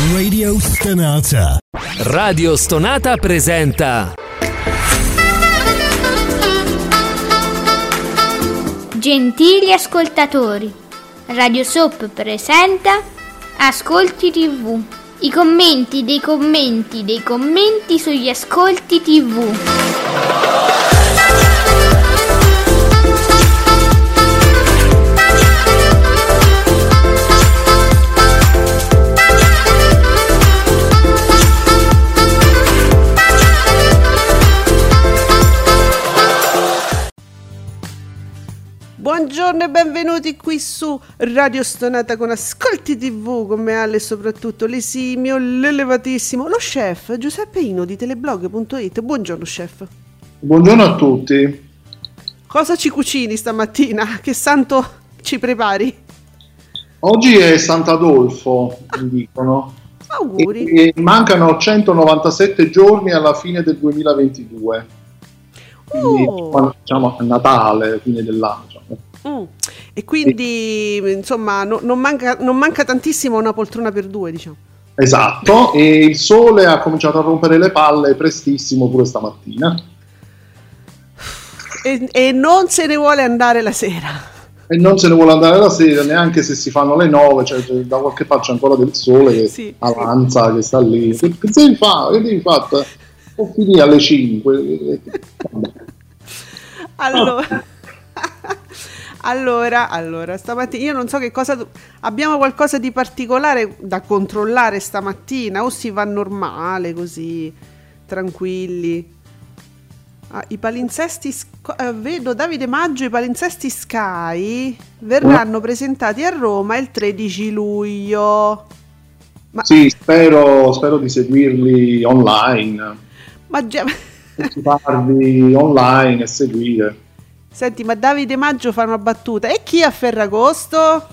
Radio Stonata. Radio Stonata presenta Gentili ascoltatori, Radio Soap presenta Ascolti TV. I commenti dei commenti dei commenti sugli ascolti TV. Buongiorno e benvenuti qui su Radio Stonata con Ascolti TV, con me Ale e soprattutto l'esimio, l'elevatissimo, lo chef Giuseppe Ino di teleblog.it. Buongiorno chef. Buongiorno a tutti. Cosa ci cucini stamattina? Che santo ci prepari? Oggi è Sant'Adolfo, mi dicono. Auguri. E mancano 197 giorni alla fine del 2022. Quindi, diciamo, a Natale, fine dell'anno. E quindi insomma non manca tantissimo una poltrona per due, diciamo. Esatto, e il sole ha cominciato a rompere le palle prestissimo pure stamattina. E non se ne vuole andare la sera. E non se ne vuole andare la sera, neanche se si fanno le 9, cioè da qualche parte ancora del sole che sì, avanza, sì, che sta lì. Sì. Che devi fare? Che devi fare? Può finire alle 5. Allora, stamattina io non so che cosa abbiamo qualcosa di particolare da controllare stamattina o si va normale così tranquilli. I palinsesti vedo Davide Maggio, i palinsesti Sky verranno presentati a Roma il 13 luglio. Sì, spero di seguirli online. Ma già parli online e seguire. Senti, ma Davide Maggio fa una battuta. E chi a Ferragosto?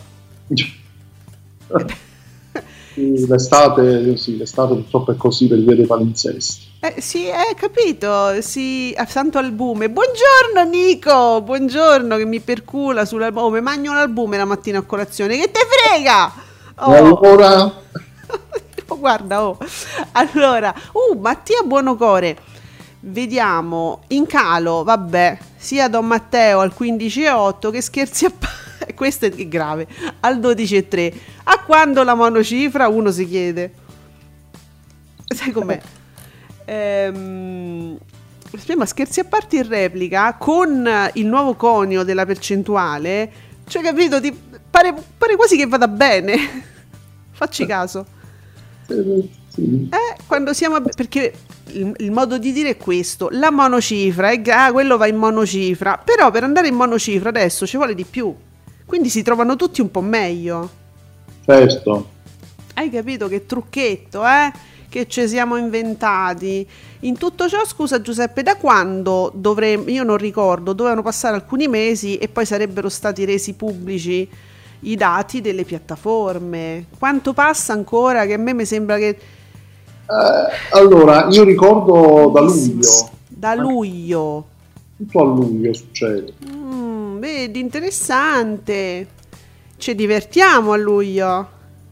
L'estate purtroppo è così per via dei palinsesti. Sì, capito. Sì, a Santo Albume. Buongiorno Nico, buongiorno, che mi percula sull'albume. Magno l'albume la mattina a colazione. Che te frega? Oh. E allora? Guarda, Allora, Mattia Buonocore. Vediamo, in calo, vabbè, sia Don Matteo al 15,8 che scherzi a questo è grave, al 12,3. A quando la monocifra? Uno si chiede. Sai com'è? Ma scherzi a parte in replica, con il nuovo conio della percentuale, cioè capito, pare quasi che vada bene. Facci caso. Sì. Quando siamo perché il modo di dire è questo: la monocifra quello va in monocifra, però per andare in monocifra adesso ci vuole di più, quindi si trovano tutti un po' meglio. Certo. Hai capito che trucchetto che ci siamo inventati in tutto ciò? Scusa Giuseppe, da quando io non ricordo, dovevano passare alcuni mesi e poi sarebbero stati resi pubblici i dati delle piattaforme. Quanto passa ancora? Che a me mi sembra che allora io ricordo da luglio tutto a luglio succede. Vedi, interessante, ci divertiamo a luglio,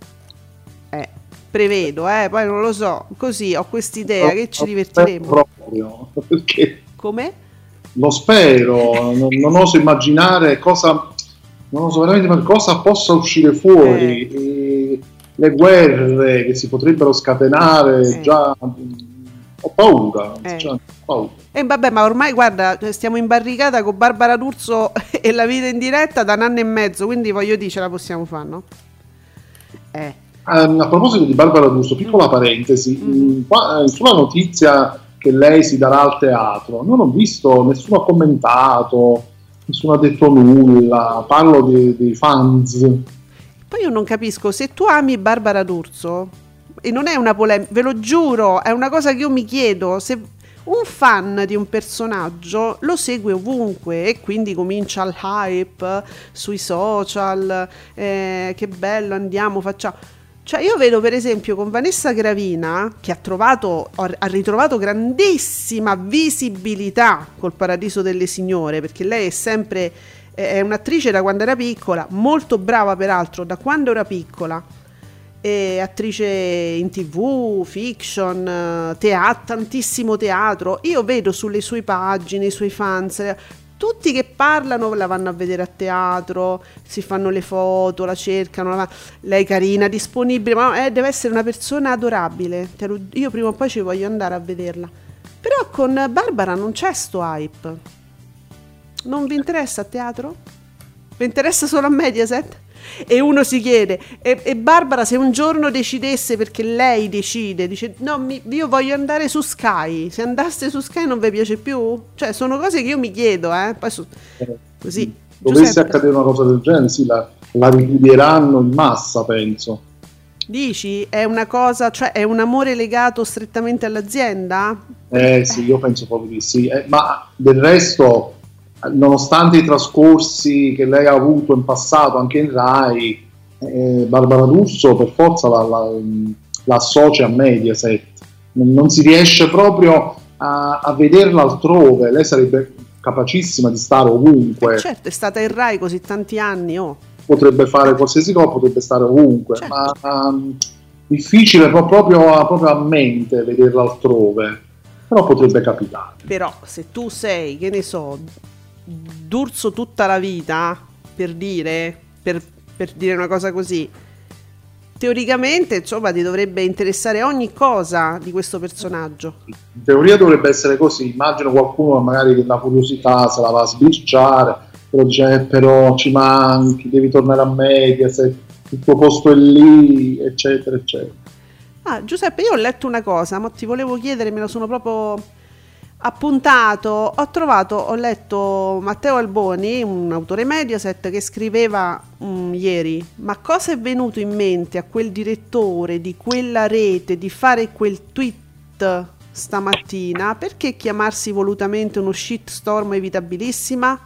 prevedo, poi non lo so, così ho quest'idea che ci divertiremo proprio, perché come? Lo spero, non oso immaginare non so veramente cosa possa uscire fuori. Le guerre che si potrebbero scatenare, già ho paura. Vabbè, ma ormai guarda, stiamo in barricata con Barbara D'Urso e La vita in diretta da un anno e mezzo, quindi voglio dire, ce la possiamo fare, no? A proposito di Barbara D'Urso, piccola parentesi, sulla notizia che lei si darà al teatro, non ho visto, nessuno ha commentato, nessuno ha detto nulla, parlo dei fans. Poi io non capisco, se tu ami Barbara D'Urso, e non è una polemica, ve lo giuro, è una cosa che io mi chiedo, se un fan di un personaggio lo segue ovunque e quindi comincia il hype sui social, che bello, andiamo, facciamo. Cioè io vedo per esempio con Vanessa Gravina, che ha ritrovato grandissima visibilità col Paradiso delle Signore, perché lei è sempre... è un'attrice da quando era piccola, molto brava peraltro da quando era piccola, è attrice in TV, fiction, tantissimo teatro. Io vedo sulle sue pagine, i suoi fans, tutti che parlano, la vanno a vedere a teatro, si fanno le foto, la cercano, lei carina, disponibile, ma deve essere una persona adorabile. Io prima o poi ci voglio andare a vederla. Però con Barbara non c'è sto hype. Non vi interessa a teatro? Vi interessa solo a Mediaset? E uno si chiede, e Barbara se un giorno decidesse, perché lei decide, dice no, io voglio andare su Sky, se andaste su Sky non vi piace più? Cioè sono cose che io mi chiedo, poi così. Dovesse Giuseppe, accadere una cosa del genere, sì, la ripuderanno in massa, penso. dici, è una cosa, cioè è un amore legato strettamente all'azienda? Sì, io penso proprio di sì, ma del resto, nonostante i trascorsi che lei ha avuto in passato anche in Rai, Barbara D'Urso per forza la associa a Mediaset, non si riesce proprio a vederla altrove. Lei sarebbe capacissima di stare ovunque, Certo, è stata in Rai così tanti anni, potrebbe fare qualsiasi cosa, potrebbe stare ovunque, Certo. ma difficile proprio a mente vederla altrove, però potrebbe capitare. Però se tu sei, che ne so, D'Urso tutta la vita, per dire una cosa così, teoricamente insomma ti dovrebbe interessare ogni cosa di questo personaggio. In teoria dovrebbe essere così. Immagino qualcuno magari che la curiosità se la va a sbirciare, però dice però ci manchi, devi tornare a Mediaset, il tuo posto è lì, eccetera eccetera. Giuseppe, io ho letto una cosa, ma ti volevo chiedere, me lo sono proprio appuntato, ho letto Matteo Alboni, un autore Mediaset, che scriveva ieri: ma cosa è venuto in mente a quel direttore di quella rete di fare quel tweet stamattina? Perché chiamarsi volutamente uno shitstorm evitabilissima?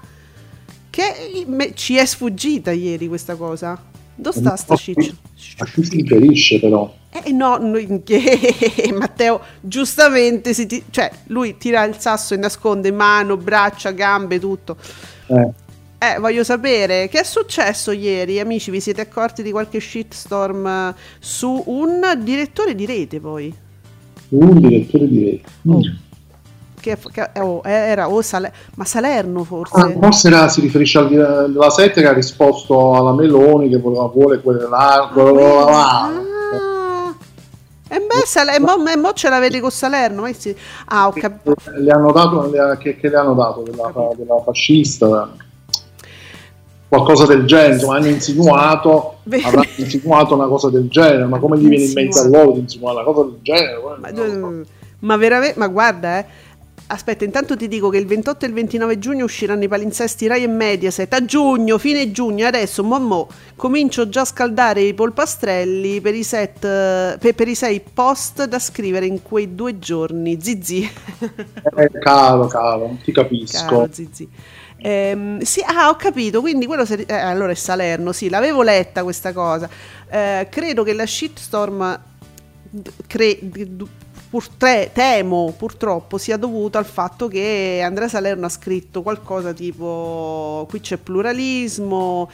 Che ci è sfuggita ieri questa cosa. Dove sta sta shitstorm? A chi si riferisce però? No, Matteo giustamente cioè lui tira il sasso e nasconde mano, braccia, gambe, tutto. Voglio sapere che è successo ieri, amici. Vi siete accorti di qualche shitstorm su un direttore di rete? Poi un direttore di rete era ma Salerno forse? Forse si riferisce alla 7 che ha risposto alla Meloni che vuole quella là. Mo ce l'avete con Salerno? Ho capito. Le hanno dato che le hanno dato della fascista, qualcosa del genere, insomma, hanno insinuato, avranno insinuato una cosa del genere, ma come gli viene in mente a loro di insinuare una cosa del genere? Ma veramente, ma guarda, aspetta, intanto ti dico che il 28 e il 29 giugno usciranno i palinsesti Rai e Mediaset. A giugno, fine giugno, adesso mo comincio già a scaldare i polpastrelli per i 6 post da scrivere in quei 2 giorni. Zizi. Caro, ti capisco. Caro Zizi. Sì, ho capito, quindi quello allora è Salerno, sì, l'avevo letta questa cosa. Credo che la shitstorm temo purtroppo sia dovuto al fatto che Andrea Salerno ha scritto qualcosa tipo: qui c'è pluralismo,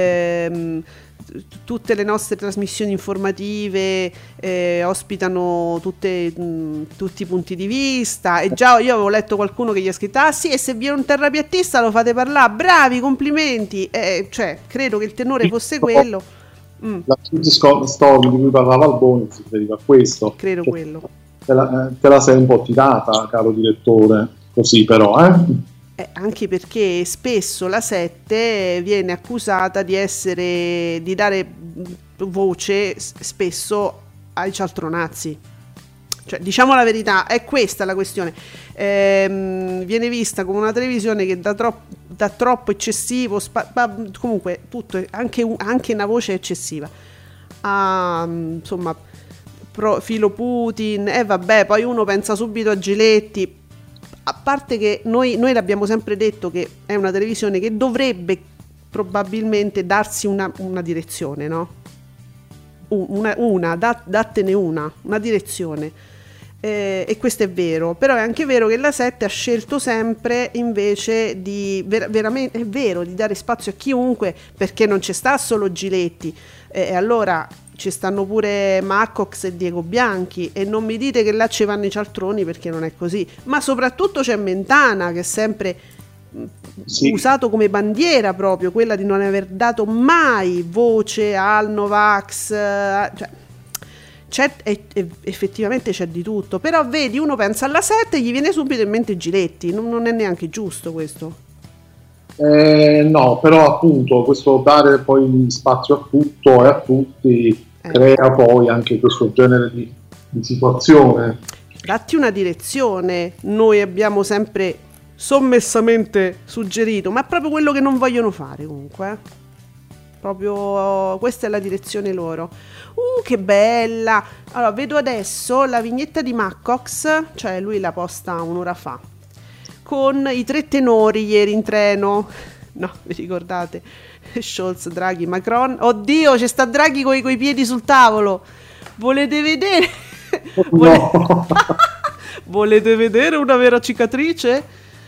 tutte le nostre trasmissioni informative ospitano tutti i punti di vista. E già io avevo letto qualcuno che gli ha scritto: ah sì, e se vi è un terrapiattista lo fate parlare, bravi, complimenti. Cioè credo che il tenore fosse quello. La shitstorm di cui parlava Alboni si riferiva a questo. Credo quello. Te la sei un po' tirata, caro direttore, così però, anche perché spesso la 7 viene accusata di dare voce spesso ai cialtronazzi. Cioè, diciamo la verità, è questa la questione. Viene vista come una televisione che dà troppo eccessivo, comunque tutto, anche una voce eccessiva. Insomma, filo Putin, vabbè, poi uno pensa subito a Giletti. A parte che noi l'abbiamo sempre detto che è una televisione che dovrebbe probabilmente darsi una direzione, no? Dattene una direzione. E questo è vero, però è anche vero che la 7 ha scelto sempre invece di veramente, è vero, di dare spazio a chiunque, perché non c'è sta solo Giletti. E allora ci stanno pure Marcox e Diego Bianchi, e non mi dite che là ci vanno i cialtroni, perché non è così. Ma soprattutto c'è Mentana, che è sempre usato come bandiera, proprio quella di non aver dato mai voce al Novax, effettivamente c'è di tutto. Però vedi, uno pensa alla 7 e gli viene subito in mente Giletti. Non è neanche giusto questo. No, però appunto questo dare poi spazio a tutto e a tutti crea poi anche questo genere di situazione. Datti una direzione, noi abbiamo sempre sommessamente suggerito, ma è proprio quello che non vogliono fare comunque. Proprio questa è la direzione loro. Che bella! Allora, vedo adesso la vignetta di Marcox, cioè lui l'ha posta un'ora fa, con i 3 tenori ieri in treno. No, vi ricordate? Scholz, Draghi, Macron. Oddio, c'è sta Draghi con i piedi sul tavolo. Volete vedere? No. Volete vedere una vera cicatrice?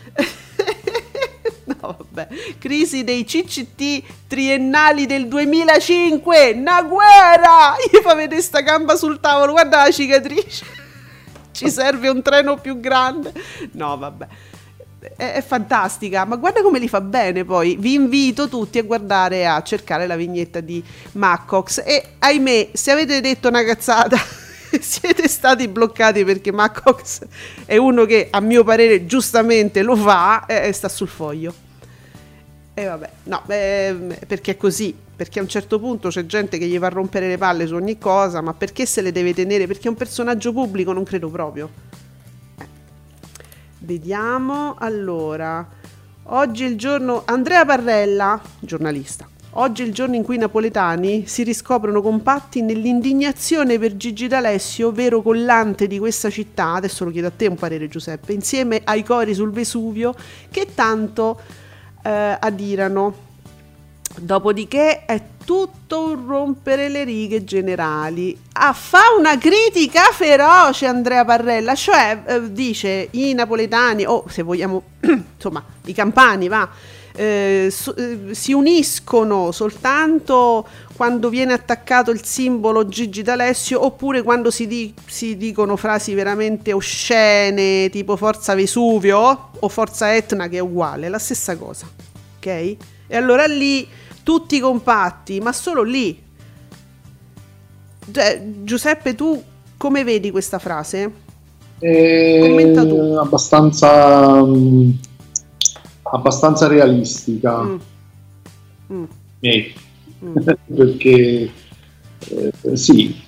No, vabbè. Crisi dei CCT triennali del 2005. Una guerra! Gli fa vedere sta gamba sul tavolo. Guarda la cicatrice. Ci serve un treno più grande. No, vabbè. È fantastica, ma guarda come li fa bene. Poi vi invito tutti a guardare, a cercare la vignetta di Marcox. E ahimè, se avete detto una cazzata siete stati bloccati, perché Marcox è uno che a mio parere giustamente lo fa e sta sul foglio. E vabbè, no, perché è così, perché a un certo punto c'è gente che gli va a rompere le palle su ogni cosa, ma perché se le deve tenere? Perché è un personaggio pubblico? Non credo proprio. Vediamo, allora, oggi è il giorno, Andrea Parrella, giornalista, oggi è il giorno in cui i napoletani si riscoprono compatti nell'indignazione per Gigi D'Alessio, vero collante di questa città, adesso lo chiedo a te un parere Giuseppe, insieme ai cori sul Vesuvio che tanto adirano. Dopodiché è tutto un rompere le righe generali. Fa una critica feroce Andrea Parrella, cioè dice i napoletani, o se vogliamo insomma i campani, si uniscono soltanto quando viene attaccato il simbolo Gigi D'Alessio, oppure quando si dicono frasi veramente oscene tipo Forza Vesuvio o Forza Etna, che è uguale, la stessa cosa, ok? E allora lì tutti compatti, ma solo lì. Giuseppe, tu come vedi questa frase? Commenta tu. Abbastanza realistica. Perché sì,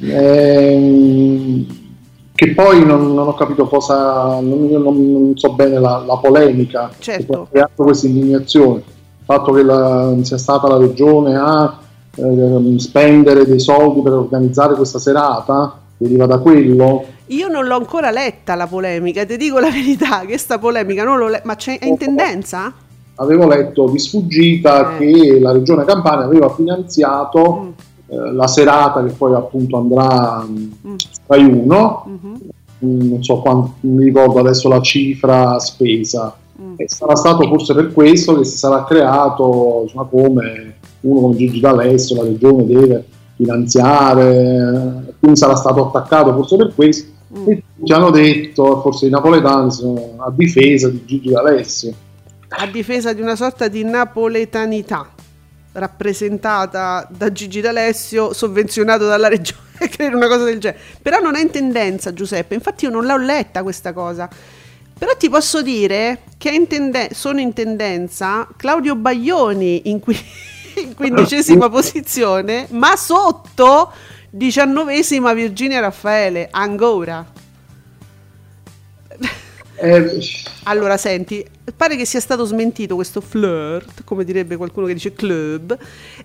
che poi non ho capito cosa, non so bene la polemica, certo, che ha creato questa indignazione. Il fatto che sia stata la regione a spendere dei soldi per organizzare questa serata deriva da quello. Io non l'ho ancora letta la polemica, ti dico la verità, che sta polemica non l'ho letta, ma è in tendenza? Avevo letto di sfuggita che la regione Campania aveva finanziato la serata, che poi appunto andrà Rai 1, non so quanto, non mi ricordo adesso la cifra spesa. E sarà stato forse per questo che si sarà creato, come uno come Gigi D'Alessio la regione deve finanziare, quindi sarà stato attaccato forse per questo. E ci hanno detto, forse i napoletani sono a difesa di Gigi D'Alessio, a difesa di una sorta di napoletanità rappresentata da Gigi D'Alessio, sovvenzionato dalla regione, credo una cosa del genere. Però non è in tendenza, Giuseppe, infatti io non l'ho letta questa cosa. Però ti posso dire che sono in tendenza Claudio Baglioni in 15ª posizione, ma sotto 19ª Virginia Raffaele, ancora. Allora senti, pare che sia stato smentito questo flirt, come direbbe qualcuno che dice club,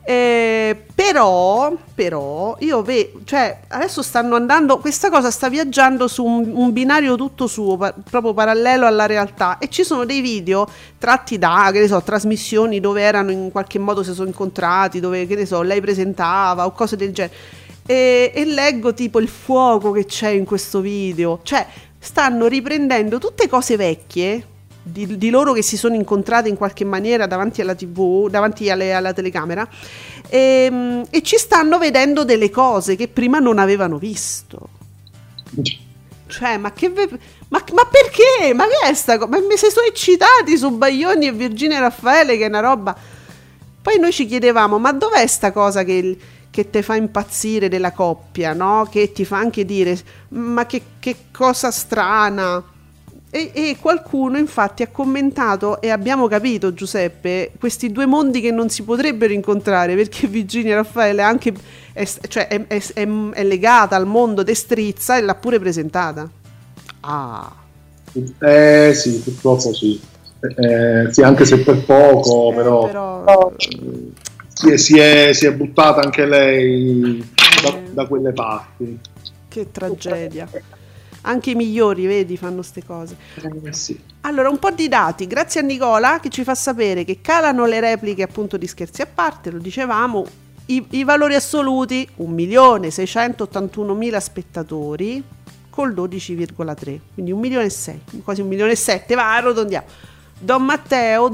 però io vedo, cioè adesso stanno andando, questa cosa sta viaggiando su un binario tutto suo, proprio parallelo alla realtà, e ci sono dei video tratti da, che ne so, trasmissioni dove erano in qualche modo si sono incontrati, dove, che ne so, lei presentava o cose del genere, e leggo tipo il fuoco che c'è in questo video, cioè stanno riprendendo tutte cose vecchie di loro che si sono incontrate in qualche maniera davanti alla TV, davanti alla telecamera, e ci stanno vedendo delle cose che prima non avevano visto. Cioè, ma perché? Ma che è sta cosa? Ma mi si sono eccitati su Baglioni e Virginia Raffaele, che è una roba. Poi noi ci chiedevamo, ma dov'è sta cosa che te fa impazzire della coppia, no? Che ti fa anche dire, ma che cosa strana. E qualcuno infatti ha commentato, e abbiamo capito, Giuseppe, questi due mondi che non si potrebbero incontrare, perché Virginia Raffaele anche è legata al mondo de Strizza e l'ha pure presentata. Sì, purtroppo sì. Sì, anche se per poco, però si è buttata anche lei da quelle parti. Che tragedia. Anche i migliori, vedi, fanno ste cose. Sì. Allora, un po' di dati, grazie a Nicola che ci fa sapere che calano le repliche, appunto, di Scherzi a parte, lo dicevamo, i valori assoluti 1.681.000 spettatori col 12,3, quindi 1.600.000, quasi 1.700.000, va, arrotondiamo. Don Matteo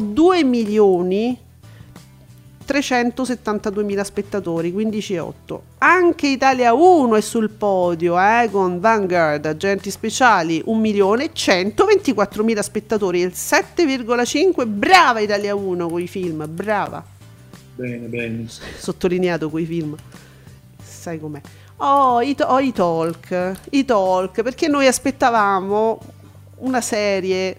2.372.000 spettatori, 15,8. Anche Italia 1 è sul podio, con Vanguard, Agenti Speciali, 1.124.000 spettatori, il 7,5. Brava Italia 1 con i film, brava. Bene. Sottolineato coi film, sai com'è. I talk, perché noi aspettavamo una serie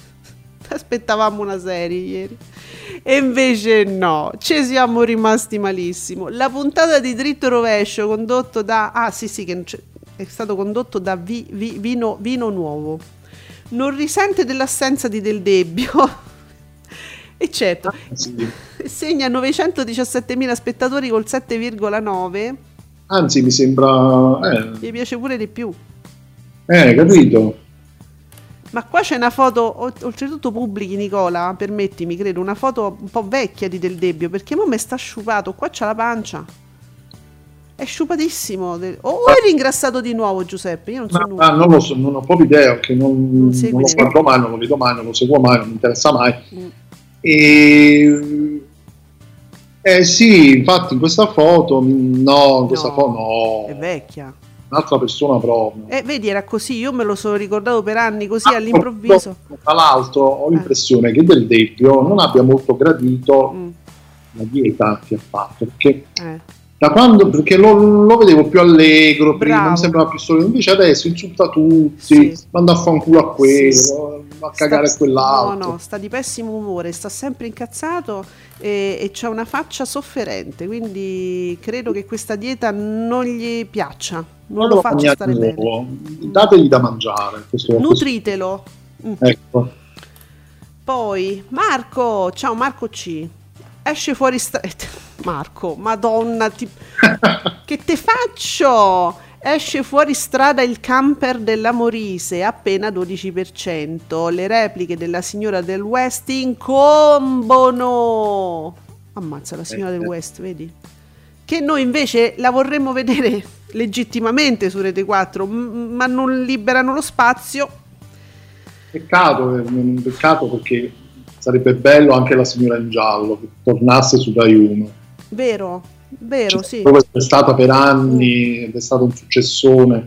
ieri. E invece no, ci siamo rimasti malissimo. La puntata di Dritto Rovescio condotto da che è stato condotto da Vino Nuovo, non risente dell'assenza di Del Debbio e certo segna 917.000 spettatori col 7,9. Anzi, mi sembra mi piace pure di più, capito. Ma qua c'è una foto, oltretutto pubblichi, Nicola, permettimi, credo, una foto un po' vecchia di Del Debbio, perché mo' me sta sciupato, qua c'ha la pancia, è sciupatissimo. È ringrassato di nuovo, Giuseppe? Io non so nulla. Non lo so, non ho proprio idea, perché non lo guardo mai, non lo vedo mai, non lo seguo mai, non mi interessa mai. Sì, infatti in questa foto no. È vecchia. Un'altra persona proprio. Vedi, era così, io me lo sono ricordato per anni così all'improvviso. Tra l'altro ho l'impressione che Del Debbio non abbia molto gradito la dieta che ha fatto, perché da quando, perché lo vedevo più allegro, prima mi sembrava più solo, invece adesso insulta tutti, manda a fanculo a quello, a cagare a quell'altro. No, sta di pessimo umore, sta sempre incazzato e c'ha una faccia sofferente, quindi credo che questa dieta non gli piaccia, non lo faccia stare bene. Dategli da mangiare, nutritelo. Ecco. Poi Marco, ciao Marco C, esce fuori Marco, madonna, che te faccio? Esce fuori strada il camper della Morise, appena 12%. Le repliche della signora del West incombono. Ammazza la signora del West, vedi? Che noi invece la vorremmo vedere legittimamente su Rete 4, ma non liberano lo spazio. Peccato perché sarebbe bello anche la signora in giallo che tornasse su Rai 1. Vero, sì. È stata per anni ed è stato un successone.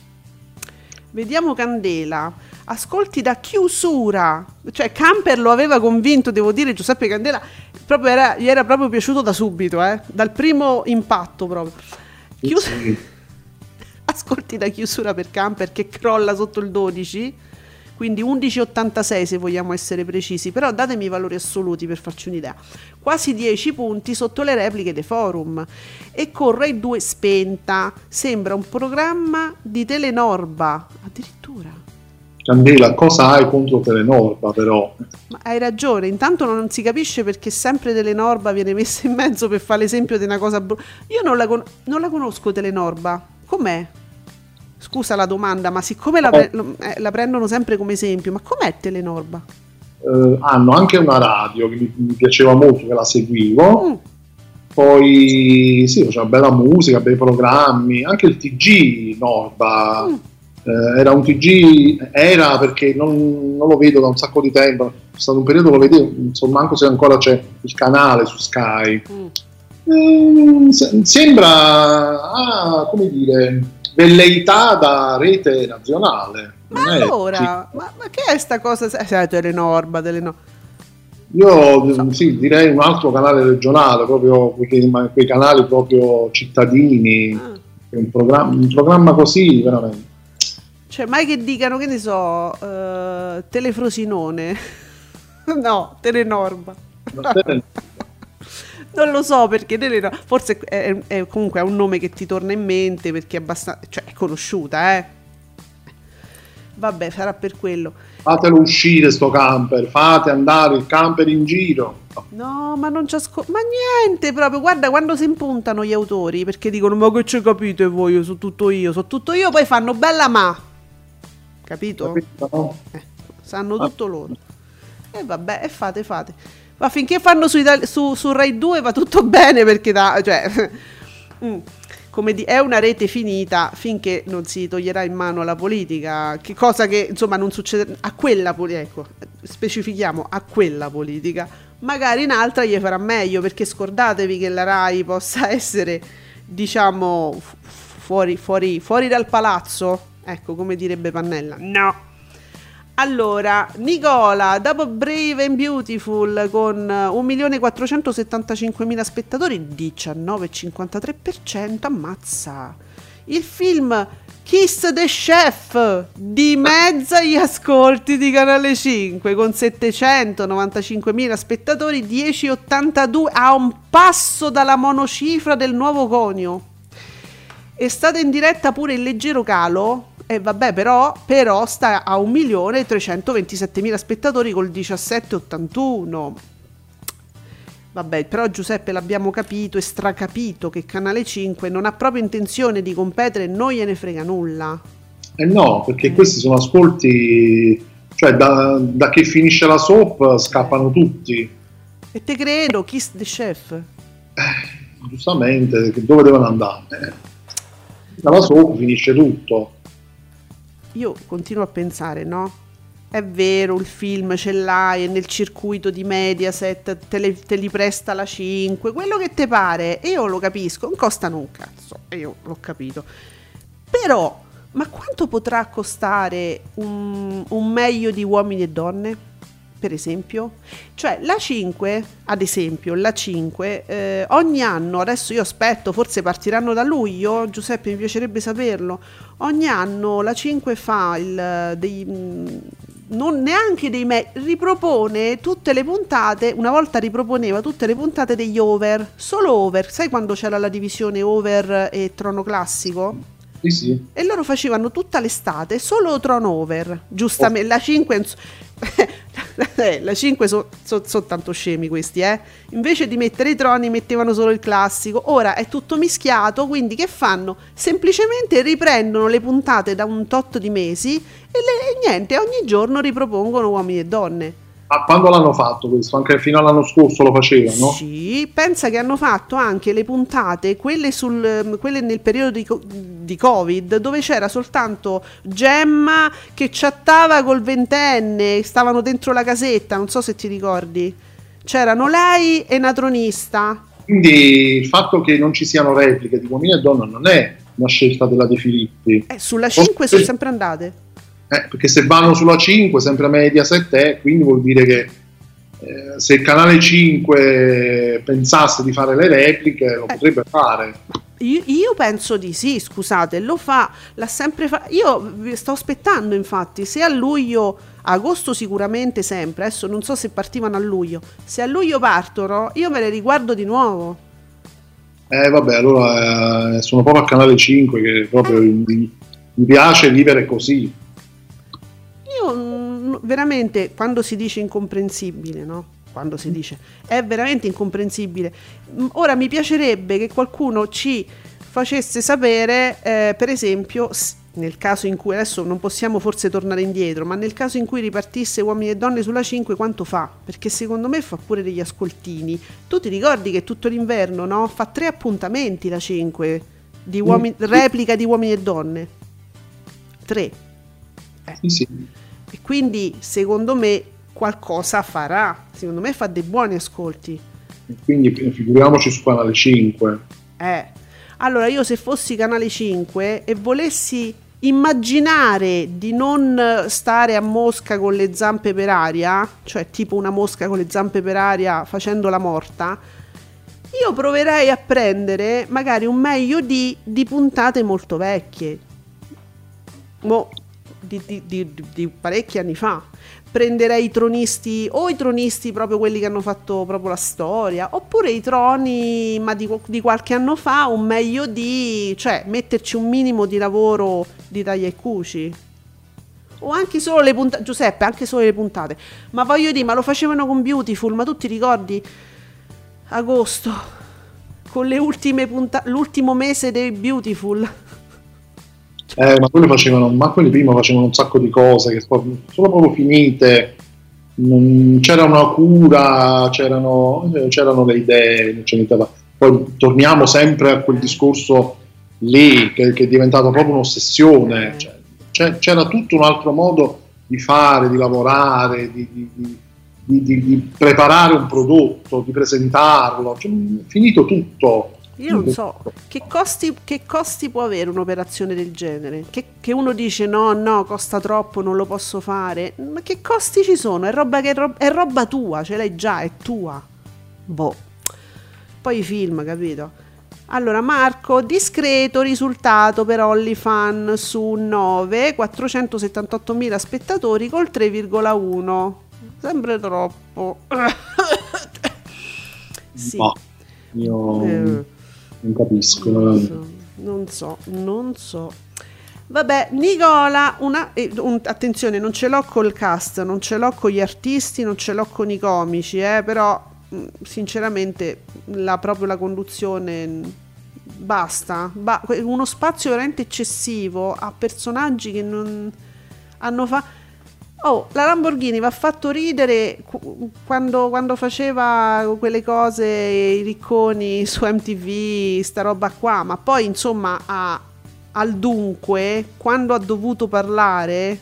Vediamo Candela. Ascolti da chiusura. Cioè Camper lo aveva convinto, devo dire, Giuseppe Candela gli era proprio piaciuto da subito, dal primo impatto proprio. Sì. Ascolti da chiusura per Camper che crolla sotto il 12. Quindi 11,86 se vogliamo essere precisi, però datemi i valori assoluti per farci un'idea. Quasi 10 punti sotto le repliche dei forum. E con Rai 2 spenta, sembra un programma di Telenorba, addirittura. Candela, cosa hai contro Telenorba però? Ma hai ragione, intanto non si capisce perché sempre Telenorba viene messa in mezzo per fare l'esempio di una cosa Io non la conosco Telenorba, com'è? Scusa la domanda, ma siccome la prendono sempre come esempio, ma com'è Telenorba? Hanno anche una radio che mi piaceva molto, che la seguivo. Poi sì, c'è bella musica, bei programmi, anche il TG Norba era un TG, era perché non lo vedo da un sacco di tempo, è stato un periodo, lo vedevo, insomma, manco se ancora c'è il canale su Sky. Sembra, come dire, velleità da rete nazionale. Ma allora, ma che è sta cosa? Telenorba, Io sì, direi un altro canale regionale, proprio quei canali proprio cittadini, un programma così, veramente. Cioè, mai che dicano, che ne so, Telefrosinone. No, Telenorba. Non lo so perché forse è comunque è un nome che ti torna in mente perché è abbastanza, cioè è conosciuta, Vabbè, sarà per quello. Fatelo uscire sto camper, fate andare il camper in giro. No, ma non ma niente proprio. Guarda quando si impuntano gli autori perché dicono ma che ci capite voi, so tutto io, poi fanno bella capito? No? Sanno tutto loro. E vabbè, e fate. Ma finché fanno su Rai 2 va tutto bene perché è una rete finita finché non si toglierà in mano la politica, che cosa che insomma non succede a quella politica, ecco, specifichiamo a quella politica, magari in altra gli farà meglio, perché scordatevi che la Rai possa essere, diciamo, fuori dal palazzo, ecco, come direbbe Pannella. No. Allora, Nicola, dopo Brave and Beautiful con 1.475.000 spettatori, 19,53%, ammazza. Il film Kiss the Chef dimezza gli ascolti di Canale 5 con 795.000 spettatori, 10,82, a un passo dalla monocifra del Nuovo Conio. È stata in diretta pure Il leggero calo. E vabbè, però sta a 1.327.000 spettatori col 17,81. Vabbè, però Giuseppe l'abbiamo capito e stracapito che Canale 5 non ha proprio intenzione di competere, non gliene frega nulla. No, perché questi sono ascolti, cioè da che finisce la soap scappano tutti. E te credo, Kiss the Chef. Giustamente, dove devono andare? Dalla soap finisce tutto. Io continuo a pensare, no? È vero, il film ce l'hai, è nel circuito di Mediaset, te li presta la 5, quello che te pare, e io lo capisco, non costano un cazzo, e io l'ho capito. Però, ma quanto potrà costare un meglio di Uomini e Donne, per esempio? Cioè, la 5, ad esempio, ogni anno, adesso io aspetto, forse partiranno da luglio, Giuseppe, mi piacerebbe saperlo, ogni anno la 5 fa non neanche ripropone tutte le puntate. Una volta riproponeva tutte le puntate degli Over, solo Over, sai quando c'era la divisione Over e Trono Classico? Sì. E loro facevano tutta l'estate solo Trono Over, giustamente. La 5 la 5 sono tanto scemi questi, invece di mettere i troni mettevano solo il classico. Ora è tutto mischiato, quindi che fanno? Semplicemente riprendono le puntate da un tot di mesi e niente, ogni giorno ripropongono Uomini e Donne. Ma quando l'hanno fatto questo? Anche fino all'anno scorso lo facevano? Sì, pensa che hanno fatto anche le puntate, quelle nel periodo di Covid, dove c'era soltanto Gemma che chattava col ventenne, stavano dentro la casetta, non so se ti ricordi. C'erano lei e una tronista. Quindi il fatto che non ci siano repliche di Uomini e Donne non è una scelta della De Filippi. Sulla 5 sono sempre andate. Perché se vanno sulla 5 sempre Mediaset quindi vuol dire che se il Canale 5 pensasse di fare le repliche lo potrebbe fare. Io penso di sì, scusate, l'ha sempre fatto. Io sto aspettando, infatti, se a luglio, agosto sicuramente sempre, adesso non so se partivano a luglio, se a luglio partono io me le riguardo di nuovo. Vabbè, allora sono proprio a Canale 5 che proprio mi piace vivere così. Io veramente, quando si dice incomprensibile, no? Quando si dice è veramente incomprensibile. Ora mi piacerebbe che qualcuno ci facesse sapere, per esempio, nel caso in cui, adesso non possiamo forse tornare indietro, ma nel caso in cui ripartisse Uomini e Donne sulla 5, quanto fa? Perché secondo me fa pure degli ascoltini. Tu ti ricordi che tutto l'inverno, no? Fa 3 appuntamenti la 5 di replica di Uomini e Donne. 3. Sì. E quindi secondo me qualcosa farà, secondo me fa dei buoni ascolti. E quindi figuriamoci su Canale 5. Allora io se fossi Canale 5 e volessi immaginare di non stare a mosca con le zampe per aria, cioè tipo una mosca con le zampe per aria facendola morta, io proverei a prendere magari un meglio di puntate molto vecchie, di parecchi anni fa. Prenderei i tronisti, o i tronisti proprio quelli che hanno fatto proprio la storia, oppure i troni ma di qualche anno fa, un meglio cioè metterci un minimo di lavoro di taglia e cuci, o anche solo le puntate, Giuseppe, anche solo le puntate, ma voglio dire, ma lo facevano con Beautiful, ma tu ti ricordi agosto con le ultime puntate, l'ultimo mese dei Beautiful? Ma quelli prima facevano un sacco di cose che sono proprio finite, non c'era una cura, c'erano le idee, non c'è niente. Poi torniamo sempre a quel discorso lì che è diventato proprio un'ossessione, c'era tutto un altro modo di fare, di lavorare, di preparare un prodotto, di presentarlo, finito tutto. Io non so che costi può avere un'operazione del genere, che uno dice no, costa troppo, non lo posso fare, ma che costi ci sono? È roba tua, ce l'hai già, è tua. Poi i film, capito? Allora Marco, discreto risultato per OnlyFans su 9, 478.000 spettatori col 3,1, sempre troppo. Sì. No, io non capisco. Non so. Vabbè, Nicola, attenzione, non ce l'ho col cast, non ce l'ho con gli artisti, non ce l'ho con i comici, però sinceramente proprio la conduzione basta, uno spazio veramente eccessivo a personaggi che non hanno la Lamborghini va fatto ridere quando faceva quelle cose, i ricconi su MTV, sta roba qua, ma poi insomma al dunque, quando ha dovuto parlare,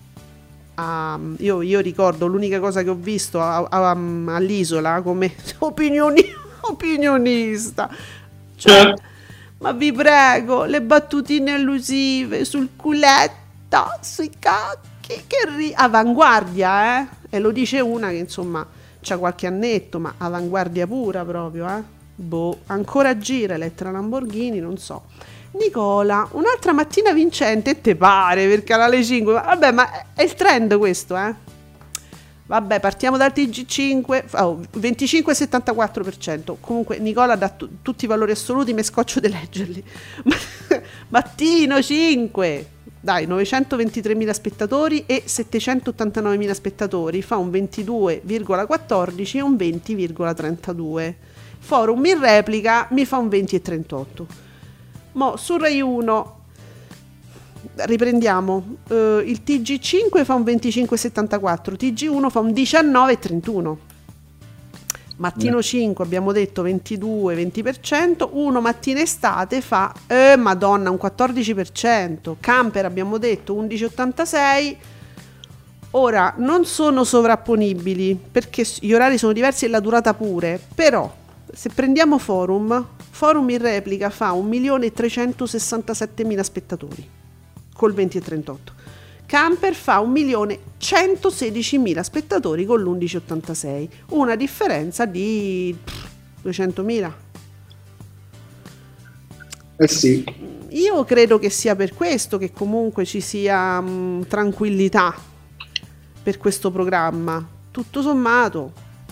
io ricordo l'unica cosa che ho visto all'Isola come opinionista, cioè, ma vi prego, le battutine allusive sul culetto, sui cacchi, avanguardia, e lo dice una che insomma c'ha qualche annetto, ma avanguardia pura proprio, ancora gira Elettra Lamborghini, non so. Nicola, un'altra mattina vincente, te pare, per Canale 5? Vabbè, ma è il questo, Vabbè, partiamo dal TG5, 25,74%. Comunque Nicola dà tutti i valori assoluti, mi scoccio di leggerli. Mattino 5, dai, 923.000 spettatori e 789.000 spettatori, fa un 22,14 e un 20,32. Forum in replica mi fa un 20,38. Mo su Rai 1 riprendiamo, il TG5 fa un 25,74, TG1 fa un 19,31. Mattino 5 abbiamo detto 22-20%, 1 mattina estate fa madonna un 14%, Camper abbiamo detto 11,86. Ora non sono sovrapponibili perché gli orari sono diversi e la durata pure, però se prendiamo Forum in replica fa 1.367.000 spettatori col 20,38. Camper fa 1.116.000 spettatori con l'11,86, una differenza di 200.000. Sì. Io credo che sia per questo che comunque ci sia tranquillità per questo programma. Tutto sommato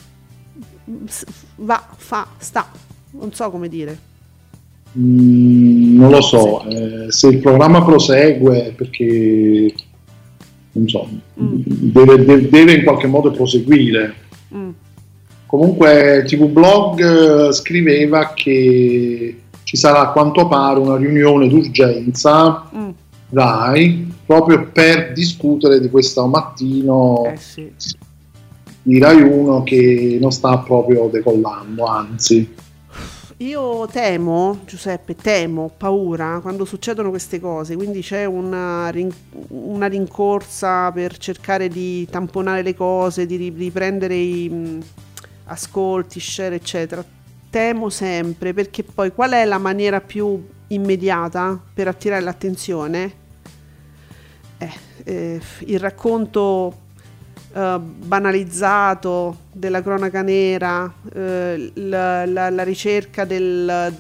sta, non so come dire. Non lo so, se il programma prosegue, perché non so, deve in qualche modo proseguire. Comunque TV Blog scriveva che ci sarà a quanto pare una riunione d'urgenza Rai proprio per discutere di questo mattino di Rai 1 che non sta proprio decollando, anzi. Io temo, Giuseppe, ho paura quando succedono queste cose, quindi c'è una rincorsa per cercare di tamponare le cose, di riprendere i ascolti, share, eccetera. Temo sempre, perché poi qual è la maniera più immediata per attirare l'attenzione? Il racconto banalizzato della cronaca nera, la ricerca del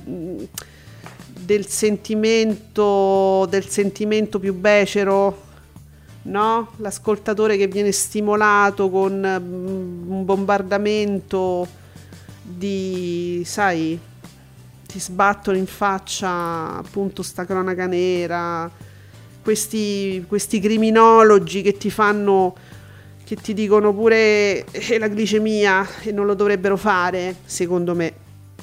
sentimento più becero, no? L'ascoltatore che viene stimolato con un bombardamento di, sai, ti sbattono in faccia appunto sta cronaca nera, questi criminologi che ti fanno, che ti dicono pure la glicemia e non lo dovrebbero fare, secondo me.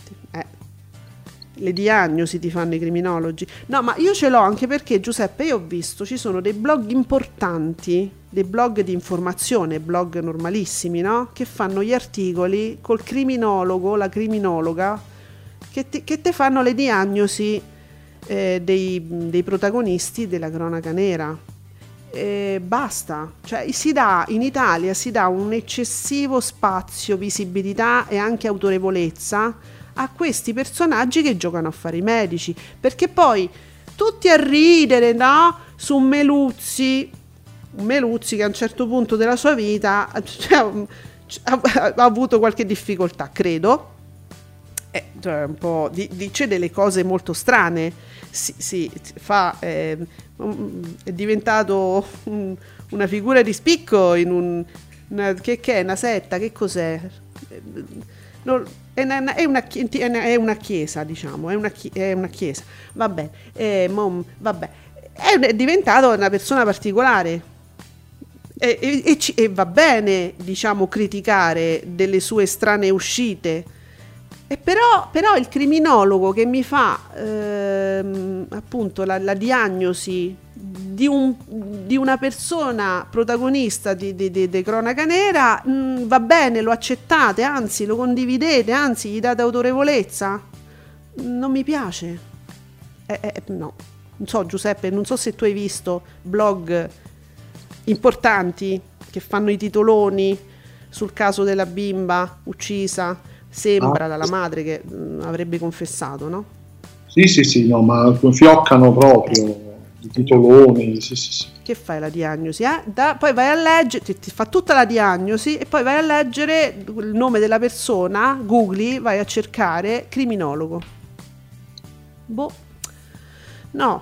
Le diagnosi ti fanno i criminologi. No, ma io ce l'ho anche perché, Giuseppe, io ho visto, ci sono dei blog importanti, dei blog di informazione, blog normalissimi, no? Che fanno gli articoli col criminologo, la criminologa, che te fanno le diagnosi dei protagonisti della cronaca nera. Basta, cioè in Italia si dà un eccessivo spazio, visibilità e anche autorevolezza a questi personaggi che giocano a fare i medici, perché poi tutti a ridere, no? Su un Meluzzi che a un certo punto della sua vita ha avuto qualche difficoltà, credo, cioè un po' dice delle cose molto strane, è diventato una figura di spicco in che è una setta, che cos'è? È una chiesa, diciamo, è una chiesa, vabbè, è diventato una persona particolare e va bene, diciamo, criticare delle sue strane uscite. E però il criminologo che mi fa appunto la diagnosi di una persona protagonista di cronaca nera, va bene, lo accettate, anzi lo condividete, anzi gli date autorevolezza, non mi piace. No, non so, Giuseppe, non so se tu hai visto blog importanti che fanno i titoloni sul caso della bimba uccisa, sembra, dalla madre che avrebbe confessato, no? Sì, no, ma fioccano proprio i titoloni, sì. Che fai la diagnosi? Poi vai a leggere, ti fa tutta la diagnosi e poi vai a leggere il nome della persona, googli, vai a cercare criminologo. No,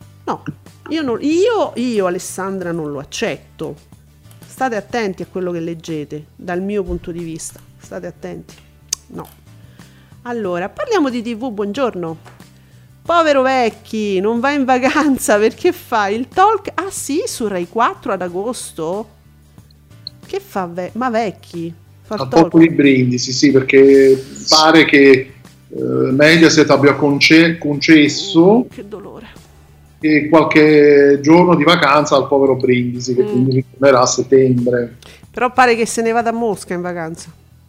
io Alessandra non lo accetto. State attenti a quello che leggete, dal mio punto di vista, state attenti. No. Allora, parliamo di TV, buongiorno. Povero Vecchi, non va in vacanza perché fa il talk? Ah sì, su Rai 4 ad agosto? Che fa ma Vecchi? Fa a poco di Brindisi, sì, perché pare che Mediaset abbia concesso che dolore, e qualche giorno di vacanza al povero Brindisi, che quindi ritornerà a settembre. Però pare che se ne vada a Mosca in vacanza.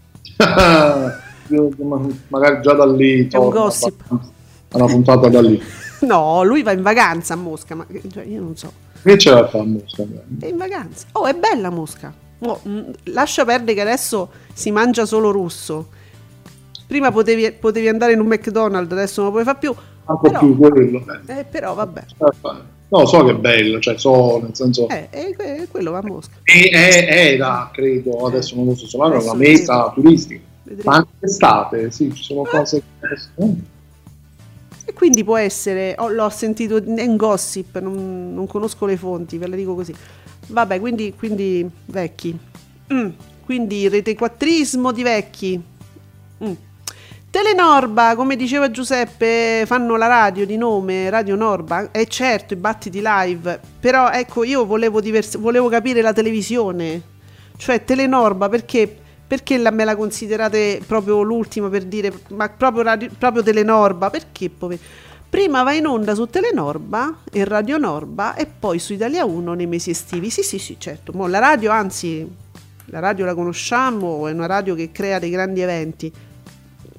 Magari già da lì è un gossip, una puntata da lì. No, lui va in vacanza a Mosca, ma cioè, io non so che ce la fa a Mosca. È in vacanza. È bella Mosca. Lascia perdere che adesso si mangia solo russo. Prima potevi andare in un McDonald's, adesso non lo puoi fare più. Anche più quello. Però vabbè. No, so che è bello, cioè nel senso. Quello va a Mosca. Era, credo, adesso non lo so, sono una meta turistica. Vedremo. Ma anche estate, sì, ci sono cose che... E quindi può essere, l'ho sentito in gossip, non conosco le fonti, ve le dico così. Vabbè, quindi Vecchi. Quindi retequattrismo di Vecchi. Telenorba, come diceva Giuseppe, fanno la radio di nome Radio Norba, e certo i battiti live, però ecco, io volevo capire la televisione, cioè Telenorba, perché me la considerate proprio l'ultima per dire, ma proprio Telenorba, perché prima va in onda su Telenorba e Radio Norba e poi su Italia 1 nei mesi estivi, sì, certo, la radio, anzi, la radio la conosciamo, è una radio che crea dei grandi eventi.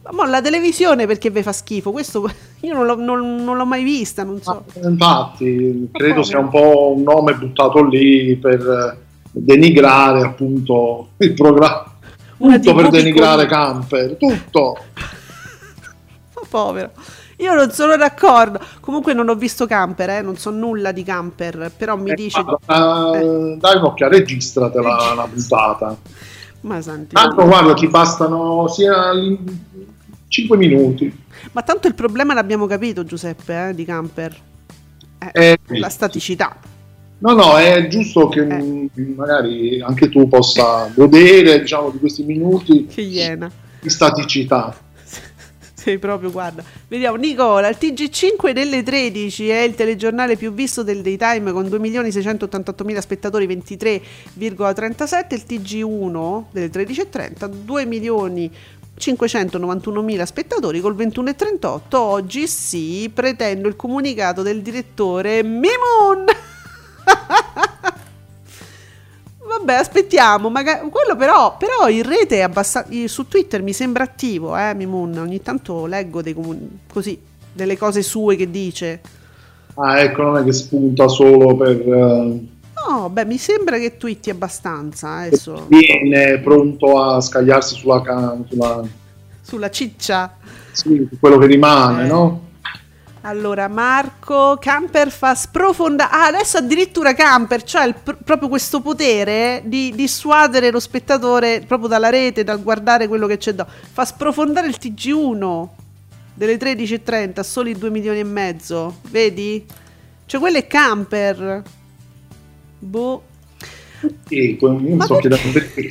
Ma la televisione perché vi fa schifo? Questo io non l'ho mai vista, non so. Infatti, credo sia un po' un nome buttato lì per denigrare appunto il programma. Tutto per denigrare Camper, tutto. Ma povero. Io non sono d'accordo. Comunque non ho visto Camper, non so nulla di Camper, però mi dice... Dai un'occhia, registratela la puntata. Ma santi. Tanto guarda, ti bastano sia 5 minuti. Ma tanto il problema l'abbiamo capito, Giuseppe, di Camper. La staticità. No, è giusto che magari anche tu possa godere, diciamo, di questi minuti che iena di staticità. Sei proprio, guarda. Vediamo, Nicola, il TG5 delle 13 è il telegiornale più visto del daytime con 2.688.000 spettatori, 23,37. Il TG1 delle 13.30, 2.591.000 spettatori col 21,38. Oggi sì, pretendo il comunicato del direttore Mimoun. Vabbè, aspettiamo, magari quello però in rete è abbastanza, su Twitter mi sembra attivo, Mimoun, ogni tanto leggo così delle cose sue che dice. Ah, ecco, non è che spunta solo per no, beh, mi sembra che twitti abbastanza adesso. Viene pronto a scagliarsi sulla ciccia. Sì, quello che rimane, no? Allora, Marco, Camper fa sprofondare. Adesso addirittura Camper, cioè proprio questo potere di dissuadere lo spettatore proprio dalla rete, dal guardare quello che c'è da. Fa sprofondare il TG1 delle 13.30 a soli 2 milioni e mezzo. Vedi? Cioè, quello è Camper. Boh. Io non so perché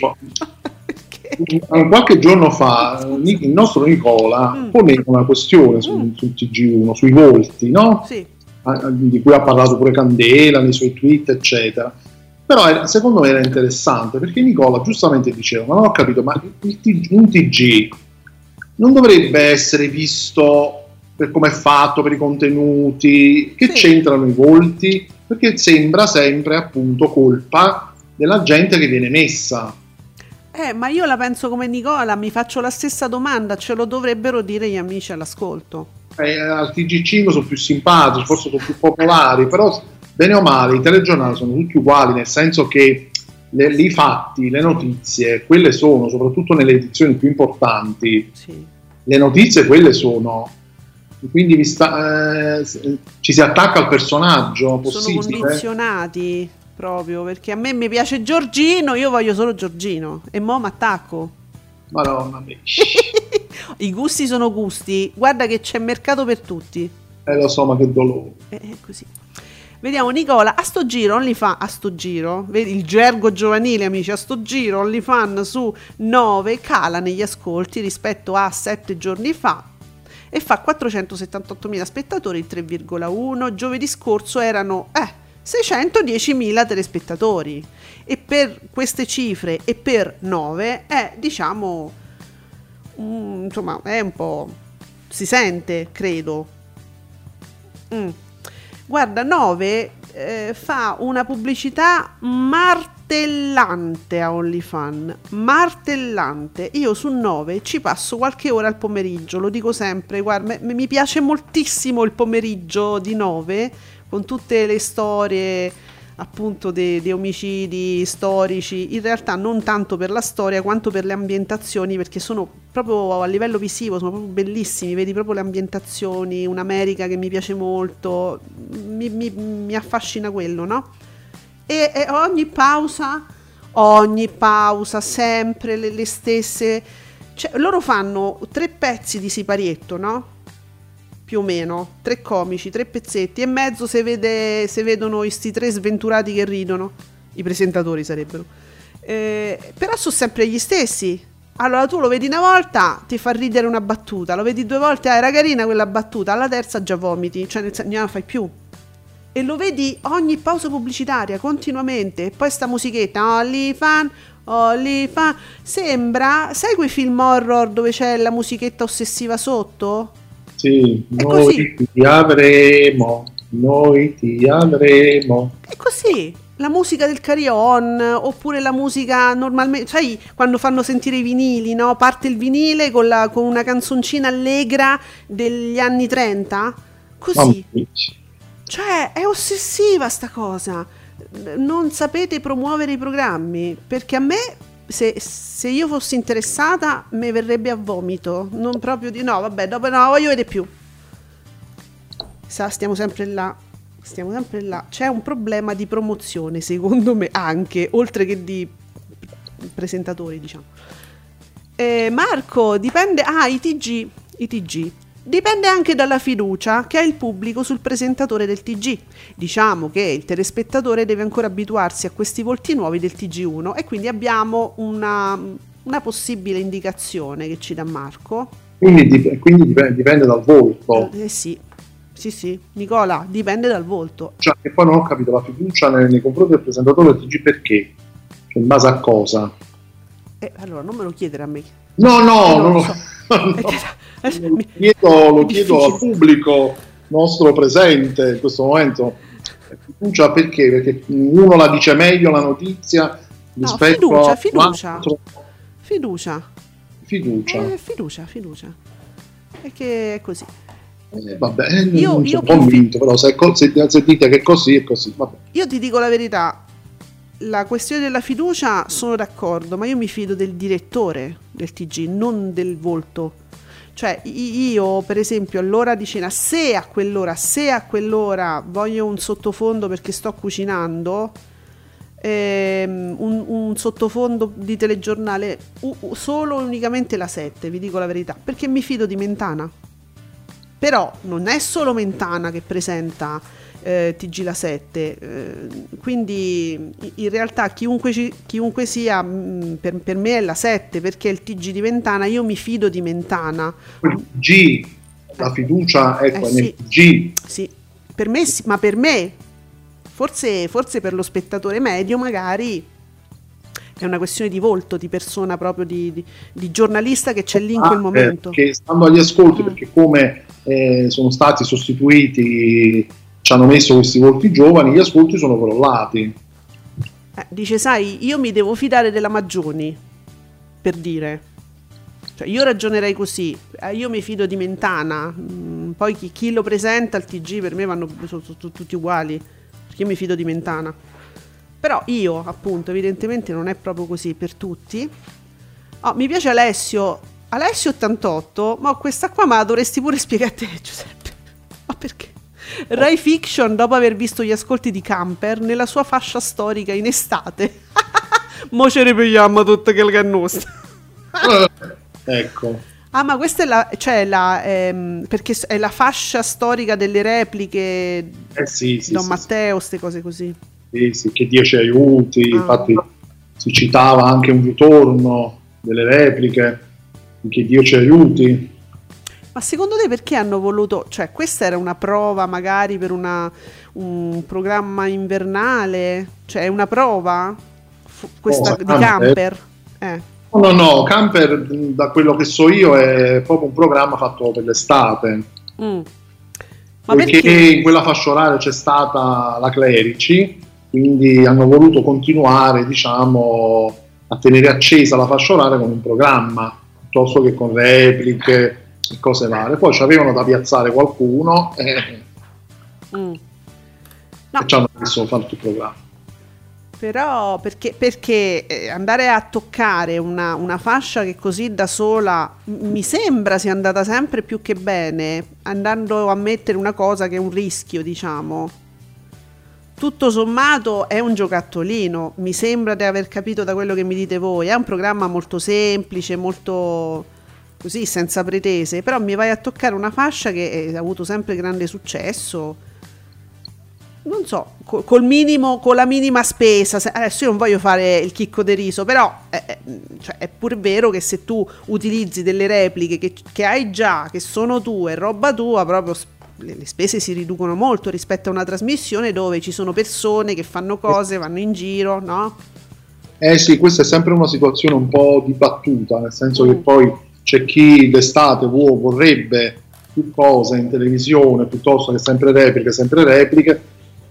qualche giorno fa il nostro Nicola poneva una questione sul TG1 sui volti, no? Sì. Di cui ha parlato pure Candela nei suoi tweet eccetera, però secondo me era interessante perché Nicola giustamente diceva: ma non ho capito, ma un TG non dovrebbe essere visto per come è fatto, per i contenuti, che c'entrano i volti, perché sembra sempre appunto colpa della gente che viene messa. Ma io la penso come Nicola, mi faccio la stessa domanda, ce lo dovrebbero dire gli amici all'ascolto. Al TG5 sono più simpatici, forse sono più popolari, però bene o male i telegiornali sono tutti uguali, nel senso che i fatti, le notizie, quelle sono, soprattutto nelle edizioni più importanti, le notizie quelle sono, quindi ci si attacca al personaggio possibile. Sono condizionati. Proprio perché a me mi piace Giorgino, io voglio solo Giorgino e mo' m'attacco. Madonna mia. I gusti sono gusti, guarda che c'è mercato per tutti. Lo so, ma che dolore. È così. Vediamo Nicola, a sto giro, vedi il gergo giovanile amici, a sto giro OnlyFans su 9 cala negli ascolti rispetto a 7 giorni fa e fa 478.000 spettatori, il 3,1. Giovedì scorso erano 610.000 telespettatori e per queste cifre e per 9 è diciamo insomma è un po', si sente, credo. Guarda, 9 fa una pubblicità martellante a OnlyFans, martellante. Io su 9 ci passo qualche ora al pomeriggio, lo dico sempre, guarda, mi piace moltissimo il pomeriggio di 9 con tutte le storie appunto dei omicidi storici, in realtà non tanto per la storia quanto per le ambientazioni, perché sono proprio a livello visivo, sono proprio bellissimi, vedi proprio le ambientazioni, un'America che mi piace molto, mi affascina quello, no? E ogni pausa sempre le stesse, cioè loro fanno 3 pezzi di siparietto, no? Più o meno 3 comici, 3 pezzetti e mezzo se vedono questi 3 sventurati che ridono, i presentatori sarebbero, però sono sempre gli stessi. Allora tu lo vedi una volta, ti fa ridere una battuta, lo vedi 2 volte, era carina quella battuta, alla terza già vomiti, cioè non la fai più, e lo vedi ogni pausa pubblicitaria continuamente. E poi sta musichetta OnlyFans, sembra, sai quei film horror dove c'è la musichetta ossessiva sotto? Sì, è noi così. ti avremo. È così. la musica del carry-on, oppure la musica normalmente, sai, quando fanno sentire i vinili, no? Parte il vinile con una canzoncina allegra degli anni 30, così. Cioè, è ossessiva sta cosa. Non sapete promuovere i programmi, perché a me, se io fossi interessata, mi verrebbe a vomito. Non proprio di no, vabbè, dopo no, voglio vedere più. Stiamo sempre là. C'è un problema di promozione, secondo me, anche, oltre che di presentatori, diciamo. Marco, dipende... i TG. Dipende anche dalla fiducia che ha il pubblico sul presentatore del TG. Diciamo che il telespettatore deve ancora abituarsi a questi volti nuovi del TG1 e quindi abbiamo una possibile indicazione che ci dà Marco. Quindi dipende dal volto. Sì, Nicola, dipende dal volto. Cioè, che poi non ho capito la fiducia nei confronti del presentatore del TG perché? Cioè, in base a cosa? Allora, non me lo chiedere a me. No, non lo no. so. Lo chiedo al pubblico nostro presente in questo momento. Fiducia perché? Perché uno la dice meglio la notizia rispetto a fiducia. Fiducia. Perché è così. Vabbè, io sono convinto, però se dite che è così, vabbè. Io ti dico la verità, la questione della fiducia sono d'accordo, ma io mi fido del direttore del TG, non del volto. Cioè io per esempio all'ora di cena, se a quell'ora voglio un sottofondo perché sto cucinando, un sottofondo di telegiornale, solo unicamente la 7, vi dico la verità, perché mi fido di Mentana. Però non è solo Mentana che presenta TG La 7, quindi in realtà chiunque sia, per me è La 7, perché il TG di Mentana, io mi fido di Mentana. TG, la fiducia è nel TG. Sì, per me sì, ma per me, forse per lo spettatore medio magari è una questione di volto, di persona proprio, di giornalista che c'è lì in quel momento. Che stando agli ascolti, perché come sono stati sostituiti, ci hanno messo questi volti giovani, gli ascolti sono crollati. Dice, sai, io mi devo fidare della Maggioni, per dire. Cioè, io ragionerei così, io mi fido di Mentana, poi chi lo presenta al TG per me sono tutti uguali, perché io mi fido di Mentana. Però io, appunto, evidentemente non è proprio così per tutti. Mi piace Alessio 88, ma questa qua me la dovresti pure spiegare a te, Giuseppe. Ma perché? Rai Fiction, dopo aver visto gli ascolti di Camper nella sua fascia storica in estate, mo ce ne pigliamo tutte che è nostra. Ecco. Ma questa è perché è la fascia storica delle repliche, Don Matteo, queste cose così. Sì, che Dio ci aiuti, infatti si citava anche un ritorno delle repliche, che Dio ci aiuti. Ma secondo te perché hanno voluto, cioè questa era una prova magari per un programma invernale, cioè è una prova questa di Camper? No, Camper, da quello che so io, è proprio un programma fatto per l'estate. Ma perché in quella fascia oraria c'è stata la Clerici, quindi hanno voluto continuare, diciamo, a tenere accesa la fascia oraria con un programma, piuttosto che con repliche e cose varie. Poi ci avevano da piazzare qualcuno e ci hanno messo a fare tutto il programma. Però perché andare a toccare una fascia che così da sola mi sembra sia andata sempre più che bene, andando a mettere una cosa che è un rischio, diciamo. Tutto sommato è un giocattolino, mi sembra di aver capito da quello che mi dite voi, è un programma molto semplice, molto così, senza pretese, però mi vai a toccare una fascia che ha avuto sempre grande successo, non so, con la minima spesa. Adesso io non voglio fare il chicco de riso, però cioè, è pur vero che se tu utilizzi delle repliche che hai già, che sono tue, roba tua, proprio le spese si riducono molto rispetto a una trasmissione dove ci sono persone che fanno cose, vanno in giro, no? Sì, questa è sempre una situazione un po' dibattuta, nel senso che poi c'è chi d'estate vorrebbe più cose in televisione piuttosto che sempre repliche,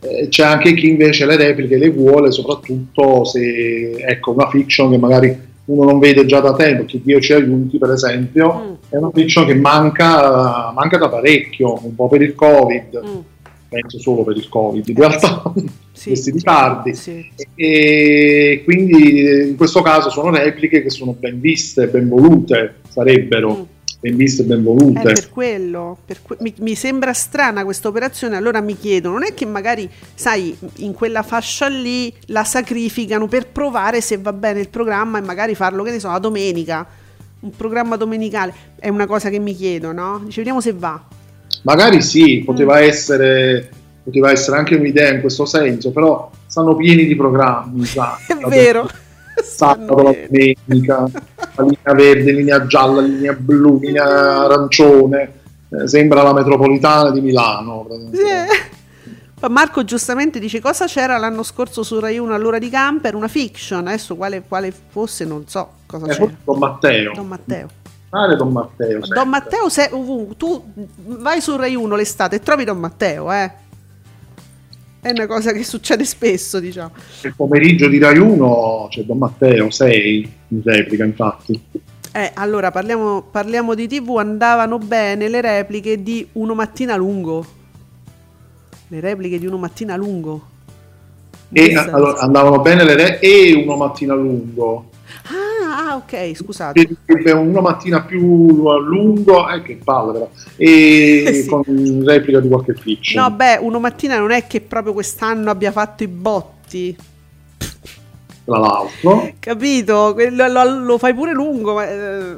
C'è anche chi invece le repliche le vuole, soprattutto se, ecco, una fiction che magari uno non vede già da tempo. Che Dio ci aiuti, per esempio, è una fiction che manca da parecchio, un po' per il Covid, penso solo per il Covid in realtà, questi ritardi, e quindi in questo caso sono repliche che sono ben viste, ben volute, sarebbero ben viste e ben volute. Per quello mi sembra strana questa operazione. Allora mi chiedo, non è che magari, sai, in quella fascia lì la sacrificano per provare se va bene il programma e magari farlo, che ne so, la domenica, un programma domenicale? È una cosa che mi chiedo, no? Dice, vediamo se va. Magari sì, poteva essere anche un'idea in questo senso, però stanno pieni di programmi, è vero. Sabato, la domenica, la linea verde, linea gialla, linea blu, linea arancione, sembra la metropolitana di Milano. Marco giustamente dice, cosa c'era l'anno scorso su Rai 1 all'ora di Camper? Una fiction, adesso quale fosse non so cosa c'era. Don Matteo. Don Matteo. Don Matteo. Don Matteo, ovunque. Tu vai su Rai 1 l'estate e trovi Don Matteo, È una cosa che succede spesso, diciamo. Il pomeriggio di Rai 1 c'è Don Matteo 6 in replica, infatti. Allora parliamo di TV. Andavano bene le repliche di Uno Mattina Lungo. Le repliche di Uno Mattina Lungo. Allora, andavano bene e Uno Mattina Lungo. Ah, ok, scusate. Una mattina più a lungo, che palle però. E con replica di qualche fiction. No, beh, Uno Mattina non è che proprio quest'anno abbia fatto i botti. Tra l'altro. Capito? Lo fai pure lungo, ma...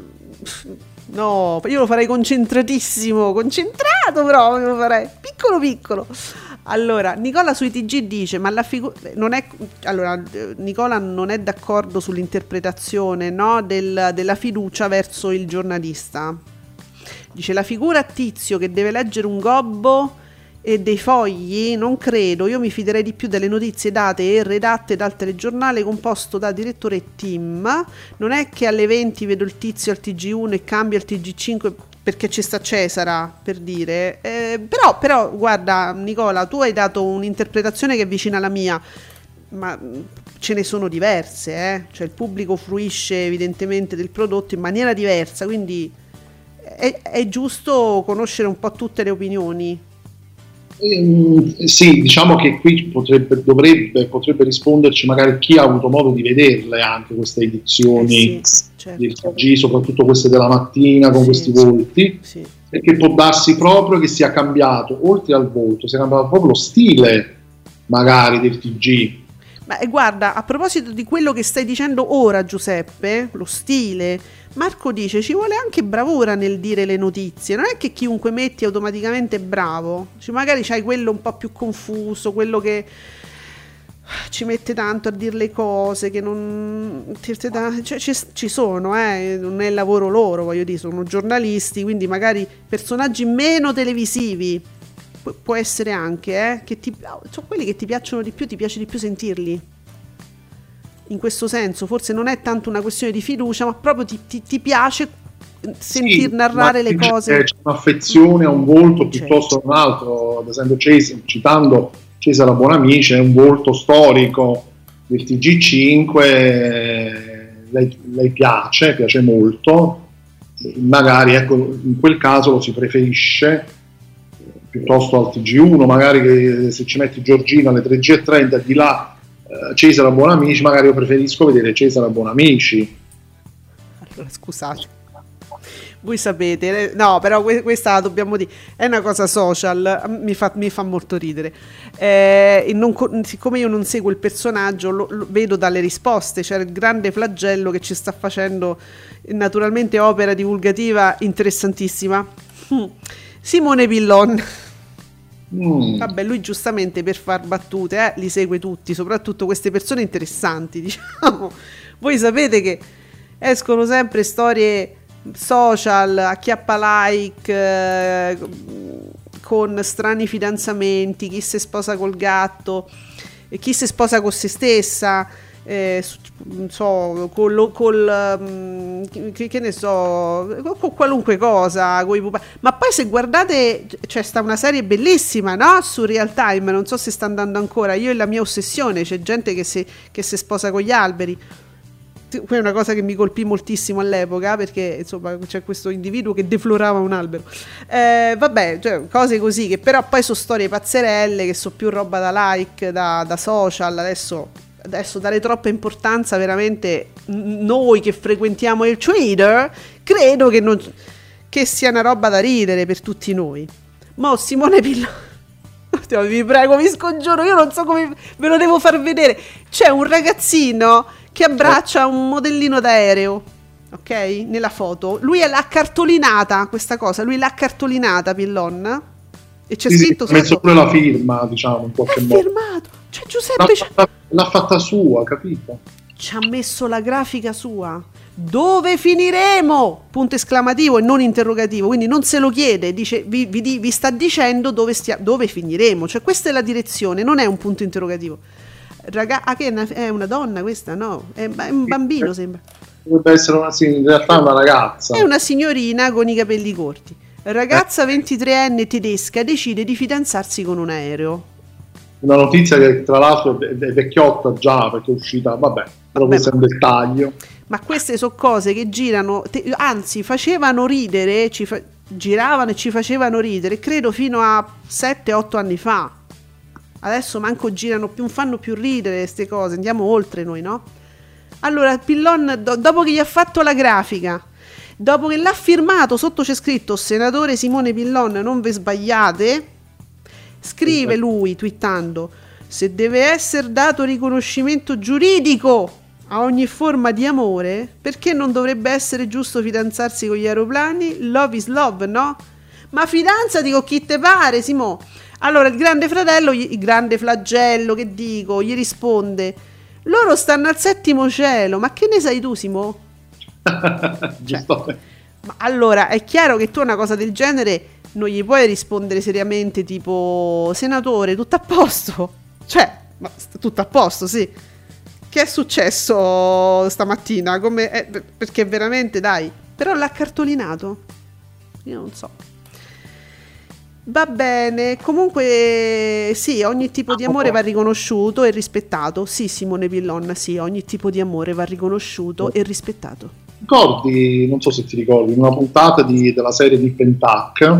no, io lo farei concentratissimo. Concentrato però, lo farei. Piccolo. Allora, Nicola sui TG dice, ma Nicola non è d'accordo sull'interpretazione, no, della fiducia verso il giornalista. Dice, la figura Tizio che deve leggere un gobbo e dei fogli, non credo, io mi fiderei di più delle notizie date e redatte dal telegiornale composto da direttore e team. Non è che alle 20 vedo il Tizio al TG1 e cambia al TG5 perché ci sta Cesara, per dire, però guarda Nicola, tu hai dato un'interpretazione che è vicina alla mia, ma ce ne sono diverse, cioè il pubblico fruisce evidentemente del prodotto in maniera diversa, quindi è giusto conoscere un po' tutte le opinioni. Sì, diciamo che qui potrebbe risponderci magari chi ha avuto modo di vederle anche queste edizioni del TG, soprattutto queste della mattina con questi volti, perché può darsi proprio che sia cambiato, oltre al volto, sia cambiato proprio lo stile magari del TG. Ma guarda, a proposito di quello che stai dicendo ora, Giuseppe, lo stile, Marco dice ci vuole anche bravura nel dire le notizie, non è che chiunque metti automaticamente è bravo, magari c'hai quello un po' più confuso, quello che ci mette tanto a dire le cose, che non ci sono, non è il lavoro loro, voglio dire, sono giornalisti, quindi magari personaggi meno televisivi. Può essere anche che sono quelli che ti piacciono di più, ti piace di più sentirli. In questo senso, forse non è tanto una questione di fiducia, ma proprio ti piace sentir narrare le cose. C'è un'affezione a un volto piuttosto che un altro. Ad esempio, citando Cesare Buonamici, è un volto storico del TG5, lei piace molto. Magari in quel caso lo si preferisce piuttosto al TG1, magari che se ci metti Giorgina alle 3G30 di là Cesare Buonamici, magari io preferisco vedere Cesare Buonamici. Allora, scusate, voi sapete, no, però questa la dobbiamo dire, è una cosa social, mi fa molto ridere, siccome io non seguo il personaggio, lo vedo dalle risposte, c'è il grande flagello che ci sta facendo naturalmente opera divulgativa interessantissima, Simone Pillon. Vabbè, lui giustamente per far battute li segue tutti, soprattutto queste persone interessanti, diciamo. Voi sapete che escono sempre storie social, acchiappa like, con strani fidanzamenti, chi si sposa col gatto, chi si sposa con se stessa, non so, che ne so, con qualunque cosa, coi pupazzi. Ma poi se guardate, c'è sta una serie bellissima, no? Su Real Time, non so se sta andando ancora. Io e la mia ossessione, c'è gente che si sposa con gli alberi. Quella è una cosa che mi colpì moltissimo all'epoca, perché insomma c'è questo individuo che deflorava un albero. Vabbè, cioè, cose così, che però poi sono storie pazzerelle, che sono più roba da like, da social. Adesso dare troppa importanza, veramente noi che frequentiamo il Twitter, credo che sia una roba da ridere per tutti noi. Mo Simone Pillon, vi prego, vi scongiuro, io non so come ve lo devo far vedere. C'è un ragazzino che abbraccia un modellino d'aereo, ok? Nella foto. Lui l'ha cartolinata questa cosa, Pillon, e c'è scritto ha messo pure la firma, diciamo, in qualche modo. Firmato. Cioè Giuseppe l'ha fatta sua, capito? Ci ha messo la grafica sua. Dove finiremo? Punto esclamativo e non interrogativo, quindi non se lo chiede, dice, vi sta dicendo dove finiremo, cioè questa è la direzione, non è un punto interrogativo. Che è una donna questa? No, è un bambino, sembra. Dovrebbe essere in realtà una ragazza. È una signorina con i capelli corti. Ragazza 23enne tedesca decide di fidanzarsi con un aereo. Una notizia che tra l'altro è vecchiotta già, perché è uscita, vabbè, però questo è un dettaglio. Ma queste sono cose che girano, anzi facevano ridere, giravano e ci facevano ridere, credo fino a 7-8 anni fa. Adesso manco girano più, non fanno più ridere queste cose, andiamo oltre noi, no? Allora Pillon, dopo che gli ha fatto la grafica, dopo che l'ha firmato, sotto c'è scritto senatore Simone Pillon, non ve sbagliate, scrive lui twittando: se deve essere dato riconoscimento giuridico a ogni forma di amore, perché non dovrebbe essere giusto fidanzarsi con gli aeroplani? Love is love, no? Ma fidanzati con chi te pare, Simo. Allora il grande fratello, il grande flagello, che dico, gli risponde: loro stanno al 7° cielo, ma che ne sai tu, Simo? Ma allora è chiaro che tu una cosa del genere non gli puoi rispondere seriamente, tipo: senatore, tutto a posto? Cioè, ma tutto a posto, sì. Che è successo stamattina? Perché veramente, dai. Però l'ha cartolinato. Io non so. Va bene, comunque sì, ogni tipo di amore va riconosciuto e rispettato. Sì, Simone Pillon, sì, ogni tipo di amore va riconosciuto e rispettato. Ricordi, non so se ti ricordi, in una puntata della serie di Pentac,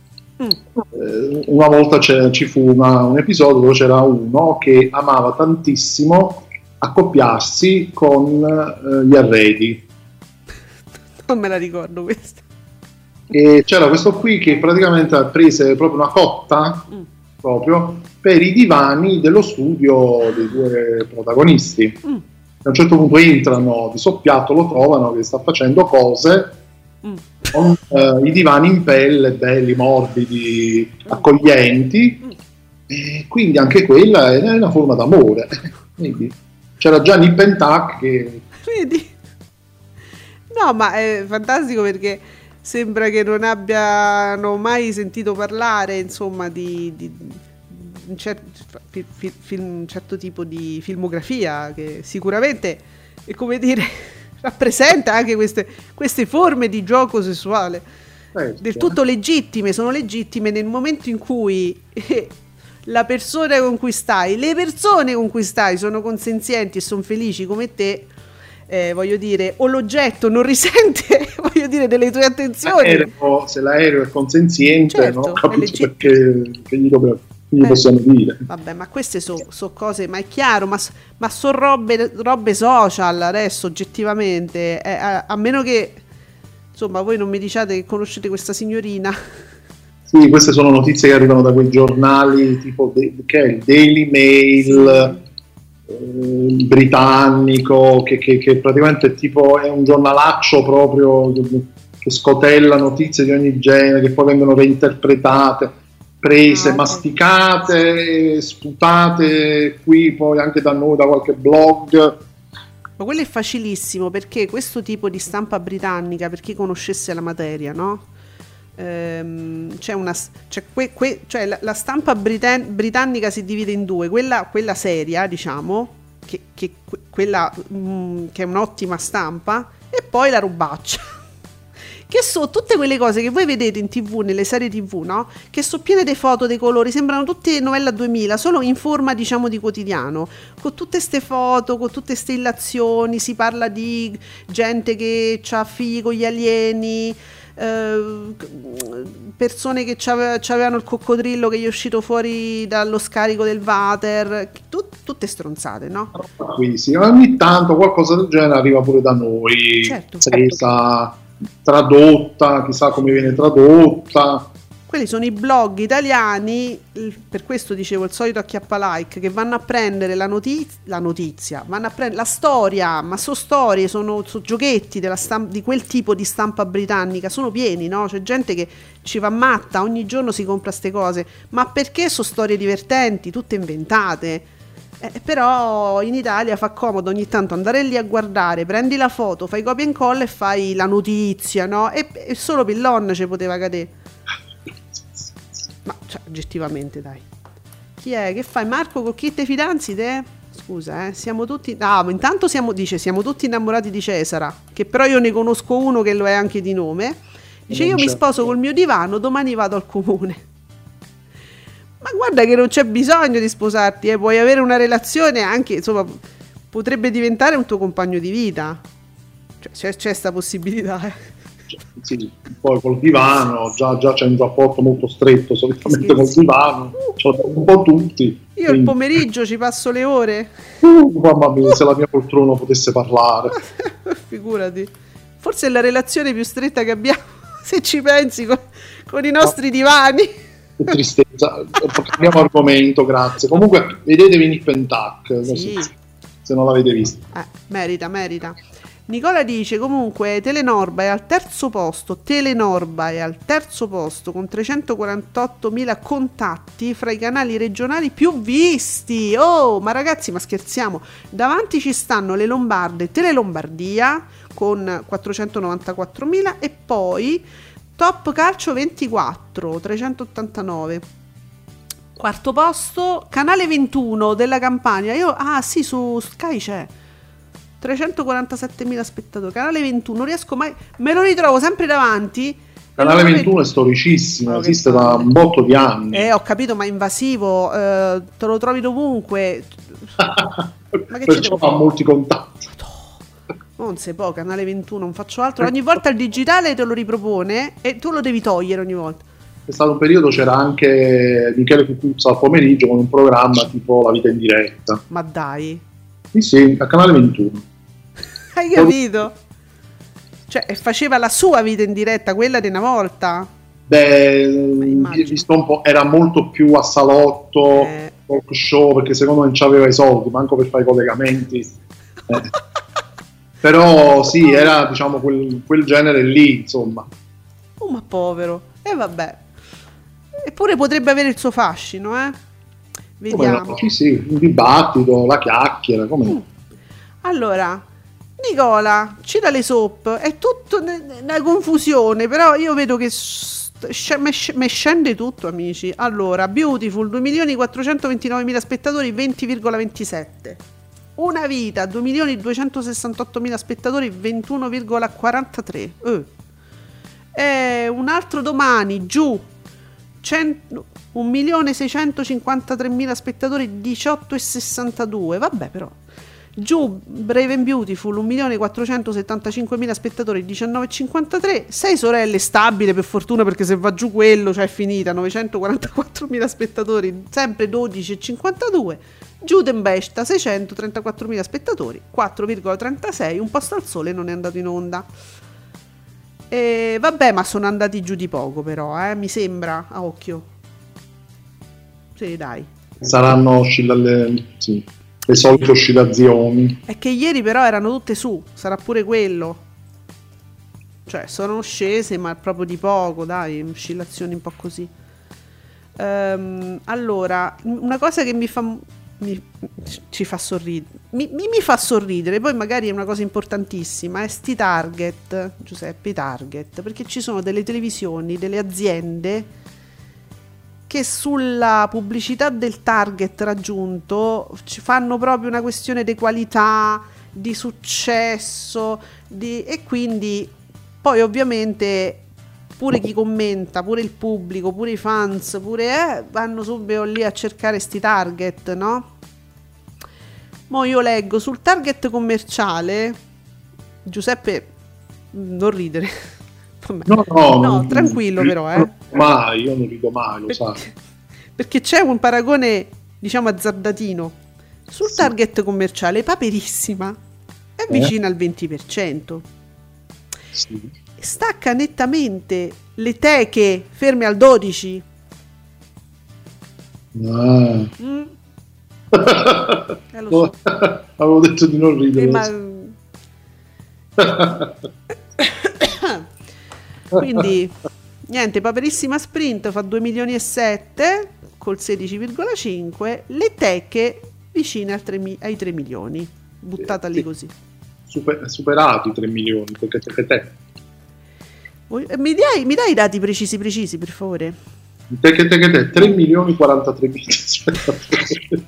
una volta ci fu un episodio dove c'era uno che amava tantissimo accoppiarsi con gli arredi. Non me la ricordo questa. E c'era questo qui che praticamente prese proprio una cotta proprio per i divani dello studio dei due protagonisti. A un certo punto entrano di soppiatto, lo trovano che sta facendo cose con i divani in pelle, belli, morbidi, accoglienti, e quindi anche quella è una forma d'amore. Quindi c'era già Nip and Tuck che... Vedi? No, ma è fantastico perché sembra che non abbiano mai sentito parlare, insomma, di un certo tipo di filmografia che sicuramente, è come dire, rappresenta anche queste forme di gioco sessuale del tutto legittime. Sono legittime nel momento in cui la persona con cui stai, le persone con cui stai sono consenzienti e sono felici come te. Voglio dire, o l'oggetto non risente, voglio dire, delle tue attenzioni. Se l'aereo è consenziente, certo, non capisco perché gli possiamo dire. Vabbè, ma queste sono cose, ma è chiaro, ma sono robe social adesso, oggettivamente, a meno che, insomma, voi non mi diciate che conoscete questa signorina. Sì, queste sono notizie che arrivano da quei giornali tipo che è il Daily Mail, sì, britannico, che praticamente tipo è un giornalaccio proprio che scotella notizie di ogni genere, che poi vengono reinterpretate, prese, masticate, sputate qui poi anche da noi, da qualche blog. Ma quello è facilissimo, perché questo tipo di stampa britannica, per chi conoscesse la materia, no? C'è la stampa britannica si divide in due, quella seria, diciamo, quella che è un'ottima stampa, e poi la robaccia. Che sono tutte quelle cose che voi vedete in TV, nelle serie TV, no? Che sono piene di foto, dei colori, sembrano tutte novella 2000, solo in forma, diciamo, di quotidiano, con tutte ste foto, con tutte ste illazioni, si parla di gente che ha figli con gli alieni, persone che c'avevano il coccodrillo che gli è uscito fuori dallo scarico del water, tutte stronzate, no? Qui sì, ogni tanto qualcosa del genere arriva pure da noi, certo. Tradotta, chissà come viene tradotta. Quelli sono i blog italiani, per questo dicevo il solito acchiappa like, che vanno a prendere la notizia, vanno a prendere la storia, ma sono storie, sono giochetti di quel tipo di stampa britannica, sono pieni, no? C'è gente che ci va matta, ogni giorno si compra ste cose, ma perché sono storie divertenti, tutte inventate. Però in Italia fa comodo ogni tanto andare lì a guardare, prendi la foto, fai copia e incolla e fai la notizia, no? E solo Pillon ci poteva cadere. Ma cioè, oggettivamente, dai. Chi è? Che fai? Marco, con chi te fidanzi te? Scusa, siamo tutti... Ah, ma intanto siamo tutti innamorati di Cesara, che però io ne conosco uno che lo è anche di nome. Dice, io mi sposo col mio divano, domani vado al comune. Ma guarda che non c'è bisogno di sposarti, puoi avere una relazione anche, insomma, potrebbe diventare un tuo compagno di vita. Cioè, c'è sta possibilità, Sì, poi col divano già c'è un rapporto molto stretto solitamente col divano, un po' tutti. Io quindi... il pomeriggio ci passo le ore. Mamma mia, se la mia poltrona potesse parlare. Figurati. Forse è la relazione più stretta che abbiamo, se ci pensi, con i nostri divani. Che tristezza. Cambiamo argomento, grazie. Comunque vedetevi Nip and Tuck, sì. Se non l'avete visto. Merita. Nicola dice comunque Telenorba è al terzo posto con 348.000 contatti fra i canali regionali più visti. Oh, ma ragazzi, ma scherziamo? Davanti ci stanno le Lombarde, Tele Lombardia con 494.000 e poi Top Calcio 24, 389. Quarto posto, Canale 21 della Campania. Sì, su Sky c'è. 347.000 spettatori. Canale 21, non riesco mai, me lo ritrovo sempre davanti. Canale 21 è storicissimo, esiste da un botto di anni. Ho capito, ma è invasivo, te lo trovi dovunque. Ma che perciò ha molti contatti. Non si può, Canale 21, non faccio altro. Ogni volta il digitale te lo ripropone e tu lo devi togliere ogni volta. È stato un periodo, c'era anche Michele Cucuzza al pomeriggio con un programma tipo La vita in diretta. Ma dai. Sì, a Canale 21. Hai capito? Cioè, faceva la sua vita in diretta, quella di una volta. Visto un po', era molto più a salotto, talk show, perché secondo me non c'aveva i soldi, manco per fare i collegamenti. Però sì, era diciamo quel genere lì, insomma. Oh, ma povero. E vabbè. Eppure potrebbe avere il suo fascino, Vediamo. No, sì, un dibattito, la chiacchiera, come. Allora, Nicola, cita le soap, è tutto una confusione, però io vedo che me scende tutto, amici. Allora, Beautiful, 2.429.000 spettatori, 20,27. Una vita, 2.268.000 spettatori, 21,43. Un altro domani, giù, 1.653.000 spettatori, 18,62. Vabbè, però. Giù, Brave and Beautiful, 1.475.000 spettatori, 19,53. 6 sorelle, stabile per fortuna, perché se va giù quello, cioè è finita, 944.000 spettatori, sempre 12,52. Jude and Besta, 634.000 spettatori, 4,36. Un posto al sole non è andato in onda. Vabbè, ma sono andati giù di poco, però, mi sembra, a occhio. Sì, dai. Saranno le solite oscillazioni. È che ieri però erano tutte su, sarà pure quello. Cioè, sono scese, ma proprio di poco, dai, oscillazioni un po' così. Allora, una cosa che ci fa sorridere, mi fa sorridere, poi magari è una cosa importantissima, è sti target, Giuseppe, i target, perché ci sono delle televisioni, delle aziende che sulla pubblicità del target raggiunto ci fanno proprio una questione di qualità, di successo, e quindi poi ovviamente pure chi commenta, pure il pubblico, pure i fans, pure vanno subito lì a cercare sti target, no? Mo io leggo sul target commerciale, Giuseppe, non ridere. No, tranquillo però, Mai, io non rido mai, lo sai. Perché c'è un paragone, diciamo, azzardatino. Sul target commerciale Paperissima è vicina al 20%. Sì. Stacca nettamente le teche ferme al 12%. Lo so. Avevo detto di non ridere. Quindi niente, Paperissima Sprint fa 2,7 milioni col 16,5, le teche vicine ai 3 milioni, buttata lì così. Superato i 3 milioni, perché te. Mi dai i dati precisi per favore? Te 3 milioni 43 mila spettatori.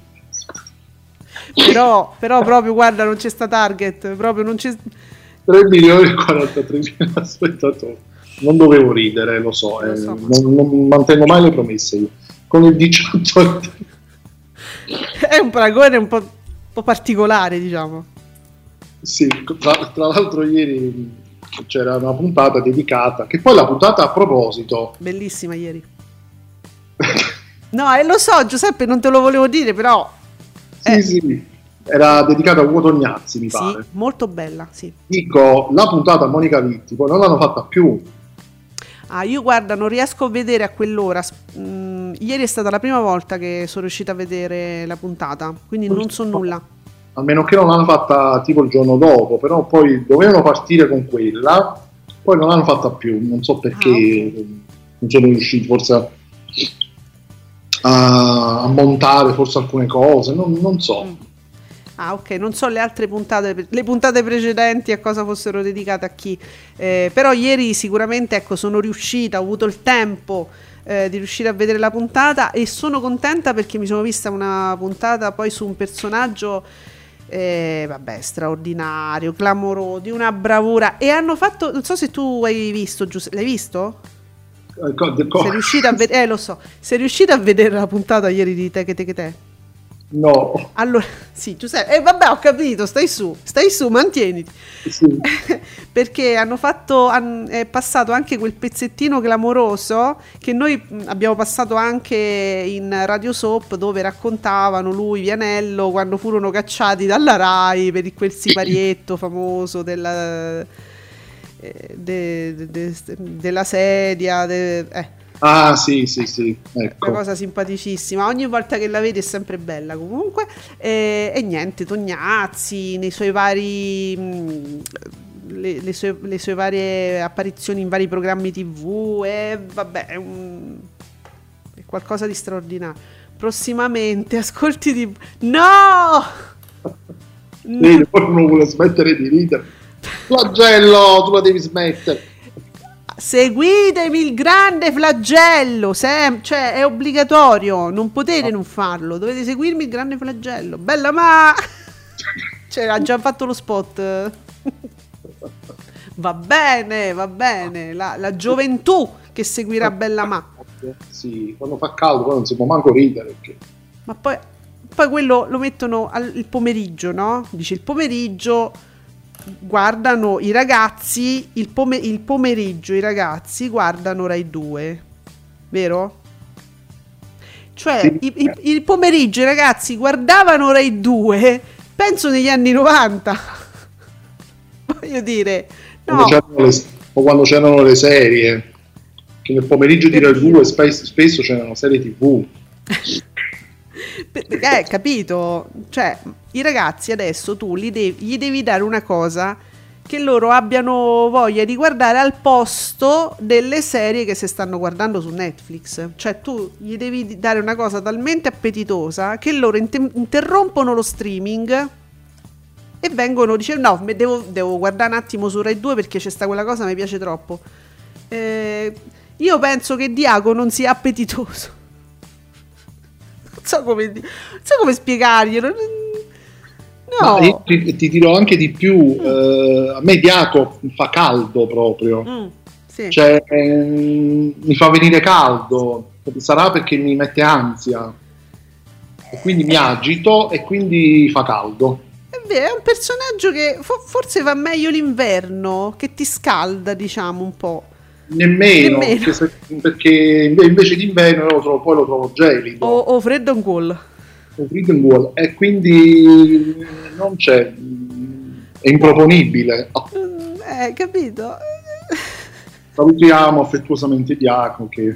Però proprio, guarda, non c'è sta target, proprio non c'è. 3 milioni e 43 mila spettatori. Non dovevo ridere, lo so, non mantengo mai le promesse io. Con il 18 è un paragone un po' particolare, diciamo. Sì, tra l'altro ieri c'era una puntata dedicata, che poi la puntata, a proposito, bellissima ieri. No, lo so, Giuseppe, non te lo volevo dire, però sì, era dedicata a Ugo Tognazzi, mi pare. Sì, molto bella, sì. Dico, la puntata a Monica Vitti poi non l'hanno fatta più. Io guarda, non riesco a vedere a quell'ora. Ieri è stata la prima volta che sono riuscita a vedere la puntata, quindi non so nulla. A meno che non l'hanno fatta tipo il giorno dopo, però poi dovevano partire con quella, poi non l'hanno fatta più, non so perché, okay. Non sono riusciti forse a montare forse alcune cose, non so. Ok, non so le altre puntate, le puntate precedenti a cosa fossero dedicate a chi, però ieri sicuramente, ecco, sono riuscita, ho avuto il tempo di riuscire a vedere la puntata e sono contenta perché mi sono vista una puntata poi su un personaggio straordinario, clamoroso, di una bravura, e hanno fatto, non so se tu hai visto, Giuseppe, l'hai visto? Sei riuscita a vedere, lo so, sei riuscita a vedere la puntata ieri di Te? No. Allora, sì, Giuseppe, vabbè, ho capito, stai su, mantieniti. Sì. Perché è passato anche quel pezzettino clamoroso che noi abbiamo passato anche in Radio Soap, dove raccontavano lui, Vianello, quando furono cacciati dalla Rai per quel siparietto famoso della sedia, sì, ecco. Una cosa simpaticissima, ogni volta che la vedi è sempre bella comunque, e niente, Tognazzi nei suoi vari le sue varie apparizioni in vari programmi TV, e vabbè, è qualcosa di straordinario. Prossimamente ascolti di no! Sì, poi uno vuole smettere di ridere. Flagello, tu la devi smettere. Seguitemi il grande Flagello, cioè è obbligatorio, non potete non farlo, dovete seguirmi il grande Flagello. Bella ma cioè, ha già fatto lo spot. Va bene, la gioventù che seguirà Bella ma. Sì, quando fa caldo poi non si può manco ridere perché... Ma poi quello lo mettono il pomeriggio, no? Dice il pomeriggio guardano i ragazzi, il pomeriggio i ragazzi guardano Rai 2, vero? Cioè sì. Il pomeriggio i ragazzi guardavano Rai 2, penso negli anni 90. Voglio dire, no. Quando c'erano le serie, che nel pomeriggio di Rai 2 spesso c'erano serie TV. Capito? Cioè, i ragazzi adesso tu gli devi dare una cosa che loro abbiano voglia di guardare al posto delle serie che si stanno guardando su Netflix. Cioè, tu gli devi dare una cosa talmente appetitosa che loro interrompono lo streaming e vengono, dice no, devo guardare un attimo su Rai 2 perché c'è sta quella cosa, mi piace troppo. Io penso che Diaco non sia appetitoso. so come spiegarglielo. No. Ma io ti dirò anche di più, a me Diaco fa caldo proprio, Sì. cioè mi fa venire caldo, sarà perché mi mette ansia e quindi mi agito e quindi fa caldo. È un personaggio che forse va meglio l'inverno, che ti scalda, diciamo, un po'. Nemmeno. Perché invece d'inverno poi lo trovo gelido. O freddo and cool. E quindi non c'è, è improponibile. Capito? Salutiamo affettuosamente Diaco che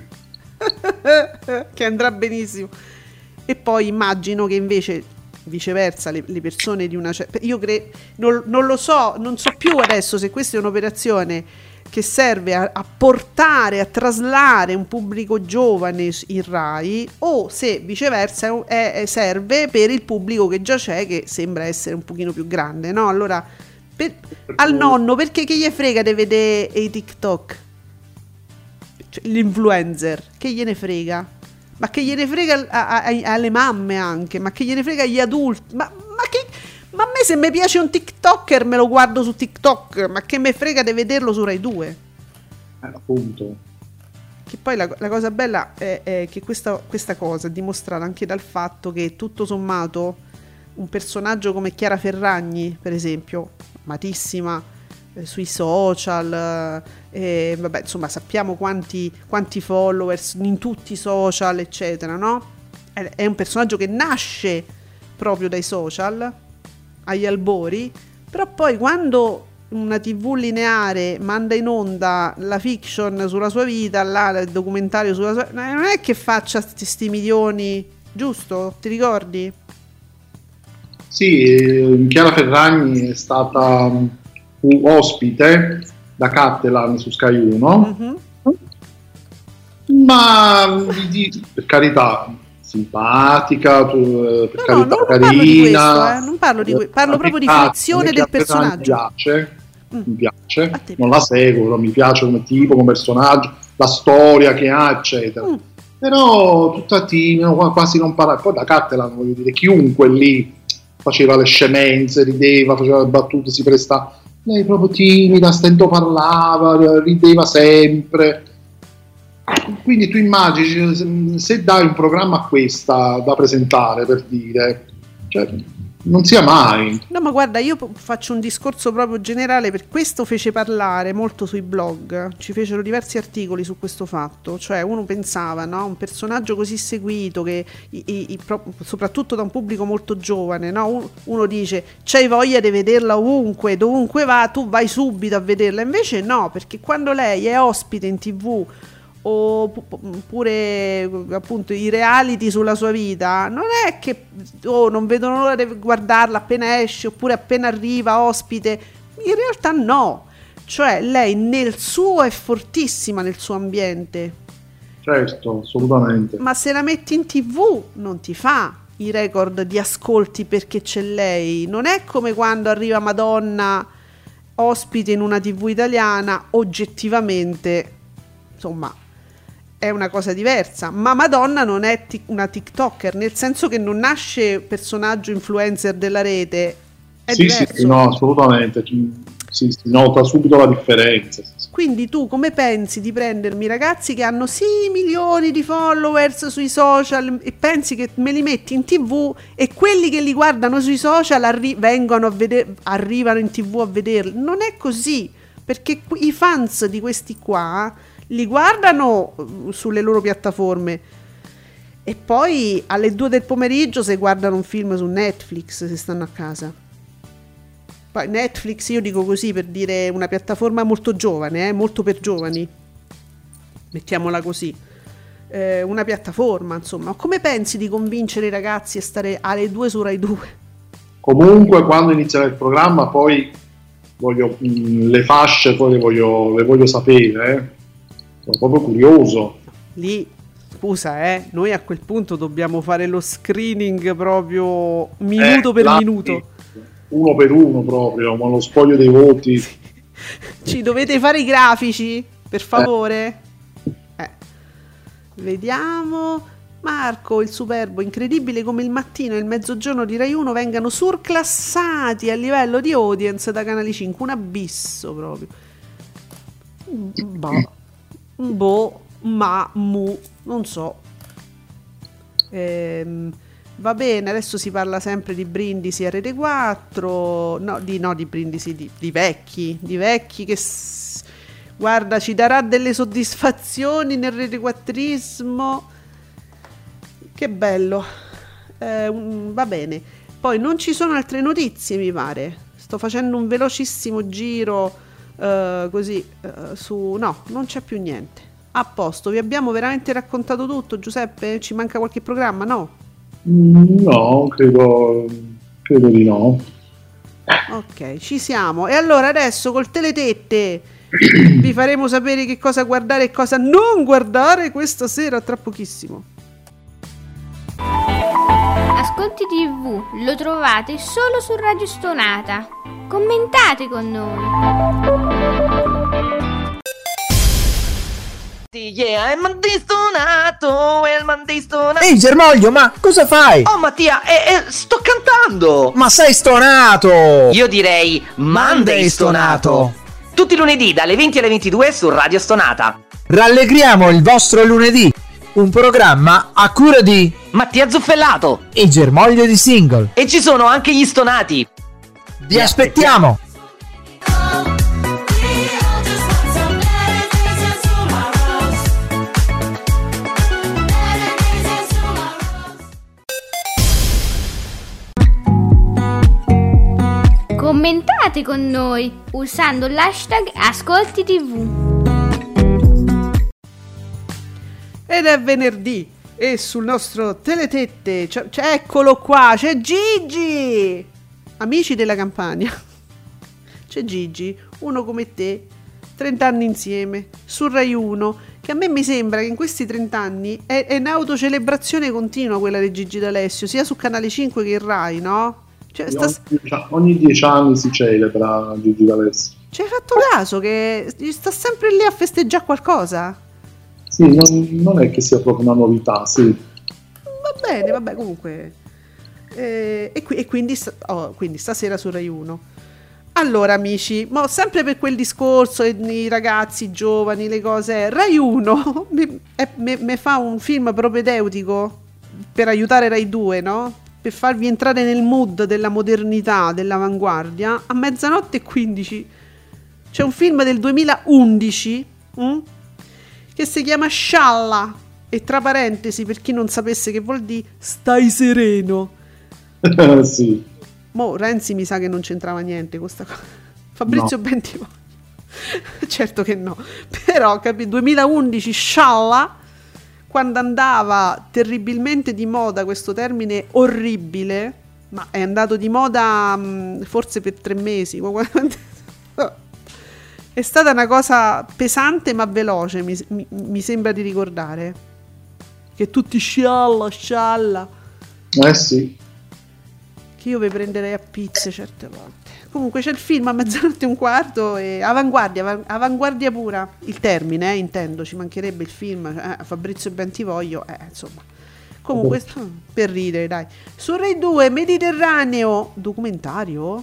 andrà benissimo. E poi immagino che invece viceversa le persone di una certa, io non lo so, non so più adesso se questa è un'operazione che serve a portare, a traslare un pubblico giovane in Rai, o se viceversa serve per il pubblico che già c'è, che sembra essere un pochino più grande, no? Allora al nonno perché che gli frega di vedere i TikTok, cioè, l'influencer, che gliene frega? Ma che gliene frega alle mamme anche, ma che gliene frega agli adulti, ma a me se mi piace un TikToker me lo guardo su TikTok, ma che me frega di vederlo su Rai 2? Appunto. Che poi la cosa bella è che questa cosa è dimostrata anche dal fatto che tutto sommato un personaggio come Chiara Ferragni, per esempio, amatissima sui social, vabbè, insomma sappiamo quanti followers in tutti i social, eccetera, no? È un personaggio che nasce proprio dai social, agli albori, però poi quando una TV lineare manda in onda la fiction sulla sua vita, il documentario sulla sua, non è che faccia sti milioni, giusto? Ti ricordi? Sì, Chiara Ferragni è stata ospite da Cattelan su Sky 1, ma per carità simpatica, per carità carina, non parlo di questo, parlo proprio di fruizione del personaggio. Mi piace, non la seguo, però mi piace come tipo, come personaggio, la storia che ha, eccetera. Però tutta timida, quasi non parla. Poi da Cattelan, voglio dire, chiunque lì faceva le scemenze, rideva, faceva le battute, si presta. Lei proprio timida, stento parlava, rideva sempre. Quindi tu immagini, se dai un programma a questa da presentare, per dire, cioè, non sia mai. No, ma guarda, io faccio un discorso proprio generale, per questo fece parlare molto sui blog, ci fecero diversi articoli su questo fatto, cioè uno pensava, no, un personaggio così seguito, che soprattutto da un pubblico molto giovane, no, uno dice c'hai voglia di vederla ovunque, dovunque va, tu vai subito a vederla, invece no, perché quando lei è ospite in TV, oppure appunto i reality sulla sua vita, non è che non vedono l'ora di guardarla appena esce oppure appena arriva ospite, in realtà no, cioè lei nel suo è fortissima nel suo ambiente, certo, assolutamente, ma se la metti in TV non ti fa i record di ascolti perché c'è lei, non è come quando arriva Madonna ospite in una TV italiana, oggettivamente insomma è una cosa diversa, ma Madonna non è una TikToker, nel senso che non nasce personaggio influencer della rete, è diverso. Sì, no, assolutamente, si nota subito la differenza. Quindi tu come pensi di prendermi ragazzi che hanno milioni di followers sui social e pensi che me li metti in TV e quelli che li guardano sui social vengono a vedere, arrivano in TV a vederli? Non è così, perché i fans di questi qua li guardano sulle loro piattaforme e poi alle 2 del pomeriggio se guardano un film su Netflix, se stanno a casa. Poi Netflix, io dico così per dire, una piattaforma molto giovane, molto per giovani, mettiamola così, una piattaforma, insomma. Come pensi di convincere i ragazzi a stare alle 2 su Rai 2? Comunque quando inizierà il programma poi voglio le fasce, poi le voglio sapere, sono proprio curioso. Lì, scusa, noi a quel punto dobbiamo fare lo screening proprio minuto per minuto. Uno per uno proprio, con lo spoglio dei voti. Ci dovete fare i grafici, per favore? Vediamo. Marco, il superbo, incredibile come il mattino e il mezzogiorno di Rai 1 vengano surclassati a livello di audience da Canale 5, un abisso proprio. Non so. Va bene, adesso si parla sempre di Brindisi a Rete 4, di Brindisi, di vecchi che guarda, ci darà delle soddisfazioni nel Rete 4ismo. Che bello. Va bene. Poi non ci sono altre notizie, mi pare. Sto facendo un velocissimo giro no, non c'è più niente. A posto, vi abbiamo veramente raccontato tutto, Giuseppe? Ci manca qualche programma, no? No, credo di no. Ok, ci siamo. E allora adesso col Teletette vi faremo sapere che cosa guardare e cosa non guardare questa sera, tra pochissimo. Ascolti TV lo trovate solo su Radio Stonata. Commentate con noi. Yeah, il mandistonato, il mandistonato. Ehi Germoglio, ma cosa fai? Oh Mattia, sto cantando. Ma sei stonato! Io direi Monday stonato. Tutti i lunedì dalle 20 alle 22 su Radio Stonata. Rallegriamo il vostro lunedì. Un programma a cura di Mattia Zuffellato e Germoglio di Single. E ci sono anche gli stonati. Vi aspettiamo! Commentate con noi usando l'hashtag Ascolti TV. Ed è venerdì e sul nostro Teletette eccolo qua, c'è Gigi! Amici della Campania. C'è Gigi, uno come te, 30 anni insieme, su Rai 1, che a me mi sembra che in questi 30 anni è un'autocelebrazione continua quella di Gigi D'Alessio, sia su Canale 5 che in Rai, no? Cioè, ogni 10 anni si celebra Gigi D'Alessio. Ci hai fatto caso che sta sempre lì a festeggiare qualcosa? Sì, non è che sia proprio una novità, sì. Va bene, vabbè, comunque. Quindi stasera su Rai 1. Allora, amici, sempre per quel discorso, i ragazzi giovani, le cose, Rai 1 mi fa un film propedeutico per aiutare Rai 2, no? Per farvi entrare nel mood della modernità, dell'avanguardia. A 00:15 c'è un film del 2011 che si chiama Scialla, e tra parentesi, per chi non sapesse che vuol dire, stai sereno. Sì. Renzi mi sa che non c'entrava niente con sta cosa. Fabrizio Bentivoglio. Certo che no. Però, 2011 Scialla, quando andava terribilmente di moda questo termine orribile, ma è andato di moda forse per 3 mesi. È stata una cosa pesante ma veloce, mi sembra di ricordare. Che tutti scialla. Sì. Che io vi prenderei a pizze certe volte. Comunque c'è il film a 00:15 e avanguardia pura. Il termine, intendo, ci mancherebbe il film. Fabrizio Bentivoglio, insomma. Comunque, per ridere, dai. Su Rai 2, Mediterraneo, documentario?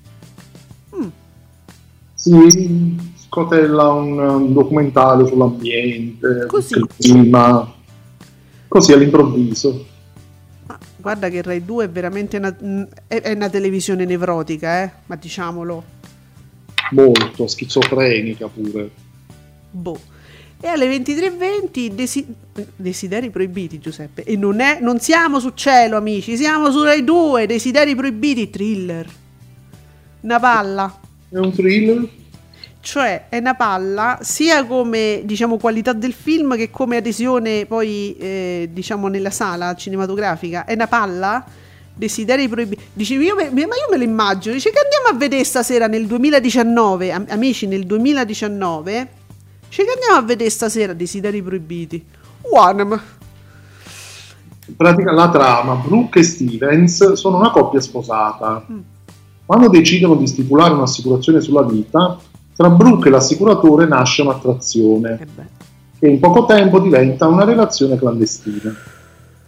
Sì, scotella un documentario sull'ambiente, così. Il clima, così all'improvviso. Ma guarda che Rai 2 è veramente una televisione nevrotica, ma diciamolo. Molto, schizofrenica pure. E alle 23:20 Desideri proibiti, Giuseppe. E non siamo su Cielo, amici, siamo su Rai 2, Desideri proibiti, thriller. Una palla. È un thriller? Cioè è una palla sia come, diciamo, qualità del film che come adesione poi diciamo nella sala cinematografica. È una palla. Desideri proibiti. Dici, io me lo immagino. Dice che andiamo a vedere stasera nel 2019, amici, nel 2019. Dice che andiamo a vedere stasera Desideri proibiti. In pratica la trama, Brooke e Stevens sono una coppia sposata. Quando decidono di stipulare un'assicurazione sulla vita, tra Brooke e l'assicuratore nasce un'attrazione che in poco tempo diventa una relazione clandestina.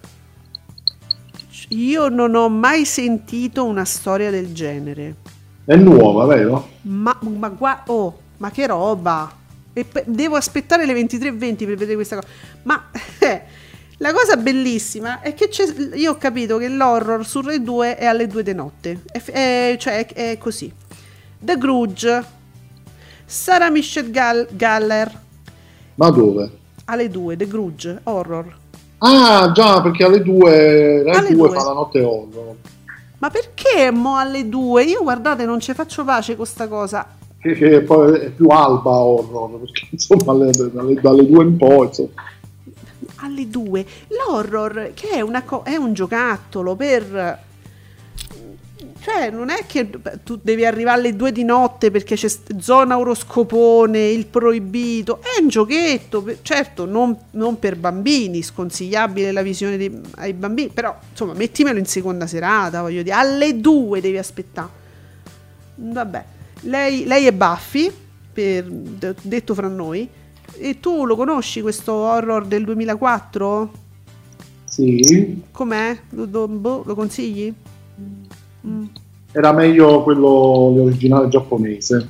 Io non ho mai sentito una storia del genere. È nuova, vero? Ma che roba! Devo aspettare le 23:20 per vedere questa cosa. Ma la cosa bellissima è che io ho capito che l'horror su Rai 2 è alle 2 di notte. Cioè è così. The Grudge, Sarah Michelle Gellar. Ma dove? Alle 2, The Grudge, horror. Ah, già, perché alle 2 Rai 2 fa la notte horror. Ma perché mo alle 2? Io guardate, non ci faccio pace con sta cosa. Che poi è più alba horror, perché insomma dalle 2 in poi, insomma. Alle 2 l'horror, che è un giocattolo per, cioè non è che tu devi arrivare alle 2 di notte perché c'è zona oroscopone, il proibito, è un giochetto, certo non per bambini, sconsigliabile la visione ai bambini, però insomma mettimelo in seconda serata, voglio dire, alle 2 devi aspettare. Vabbè, lei è Buffy, detto fra noi. E tu lo conosci questo horror del 2004? Sì. Com'è? Lo consigli? Era meglio quello originale giapponese.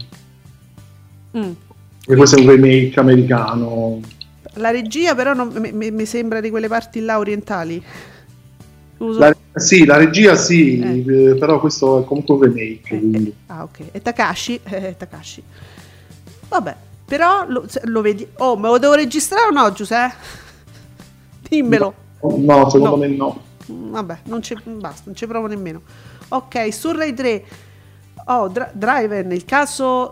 E questo è un remake americano. La regia però mi sembra di quelle parti là orientali. Sì, la regia sì, però questo è comunque un remake. Ok, è Takashi. Takashi. Vabbè. Però lo vedi. Oh, me lo devo registrare o no, Giuseppe? Dimmelo. No, secondo me no. Vabbè, basta, non ci provo nemmeno. Ok, su Rai 3. Driven, il caso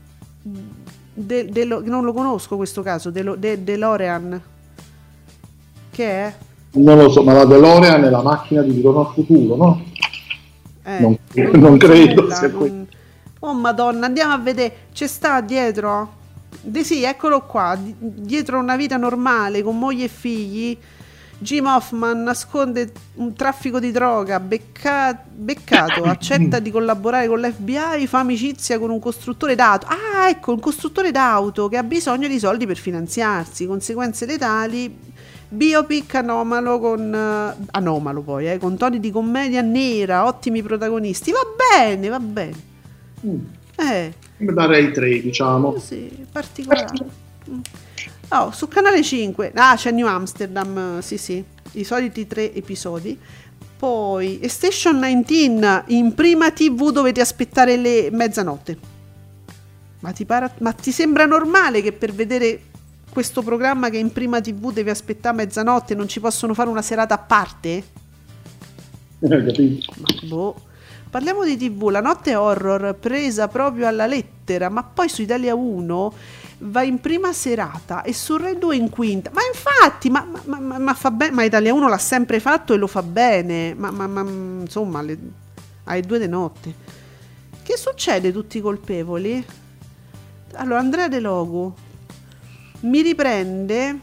non lo conosco questo caso, DeLorean. Che è? Non lo so, ma la DeLorean è la macchina di Ritorno al futuro, no? Non credo sia quello. Oh madonna, andiamo a vedere. C'è sta dietro? Sì, eccolo qua, dietro una vita normale con moglie e figli, Jim Hoffman nasconde un traffico di droga, beccato, accetta di collaborare con l'FBI, fa amicizia con un costruttore d'auto. Ah, ecco, un costruttore d'auto che ha bisogno di soldi per finanziarsi, conseguenze letali, biopic anomalo poi, con toni di commedia nera, ottimi protagonisti. Va bene. Da Rai 3, diciamo. Sì, particolare. Su Canale 5 c'è New Amsterdam, sì, i soliti 3 episodi. Poi Station 19 in prima TV dovete aspettare le mezzanotte. Ma ti sembra normale che per vedere questo programma che in prima TV devi aspettare mezzanotte non ci possono fare una serata a parte? Capito. Parliamo di TV, la notte horror presa proprio alla lettera, ma poi su Italia 1 va in prima serata e su Rai 2 in quinta. Ma infatti, ma fa bene, ma Italia 1 l'ha sempre fatto e lo fa bene, ma insomma, alle 2 di notte. Che succede tutti i colpevoli? Allora, Andrea De Logu mi riprende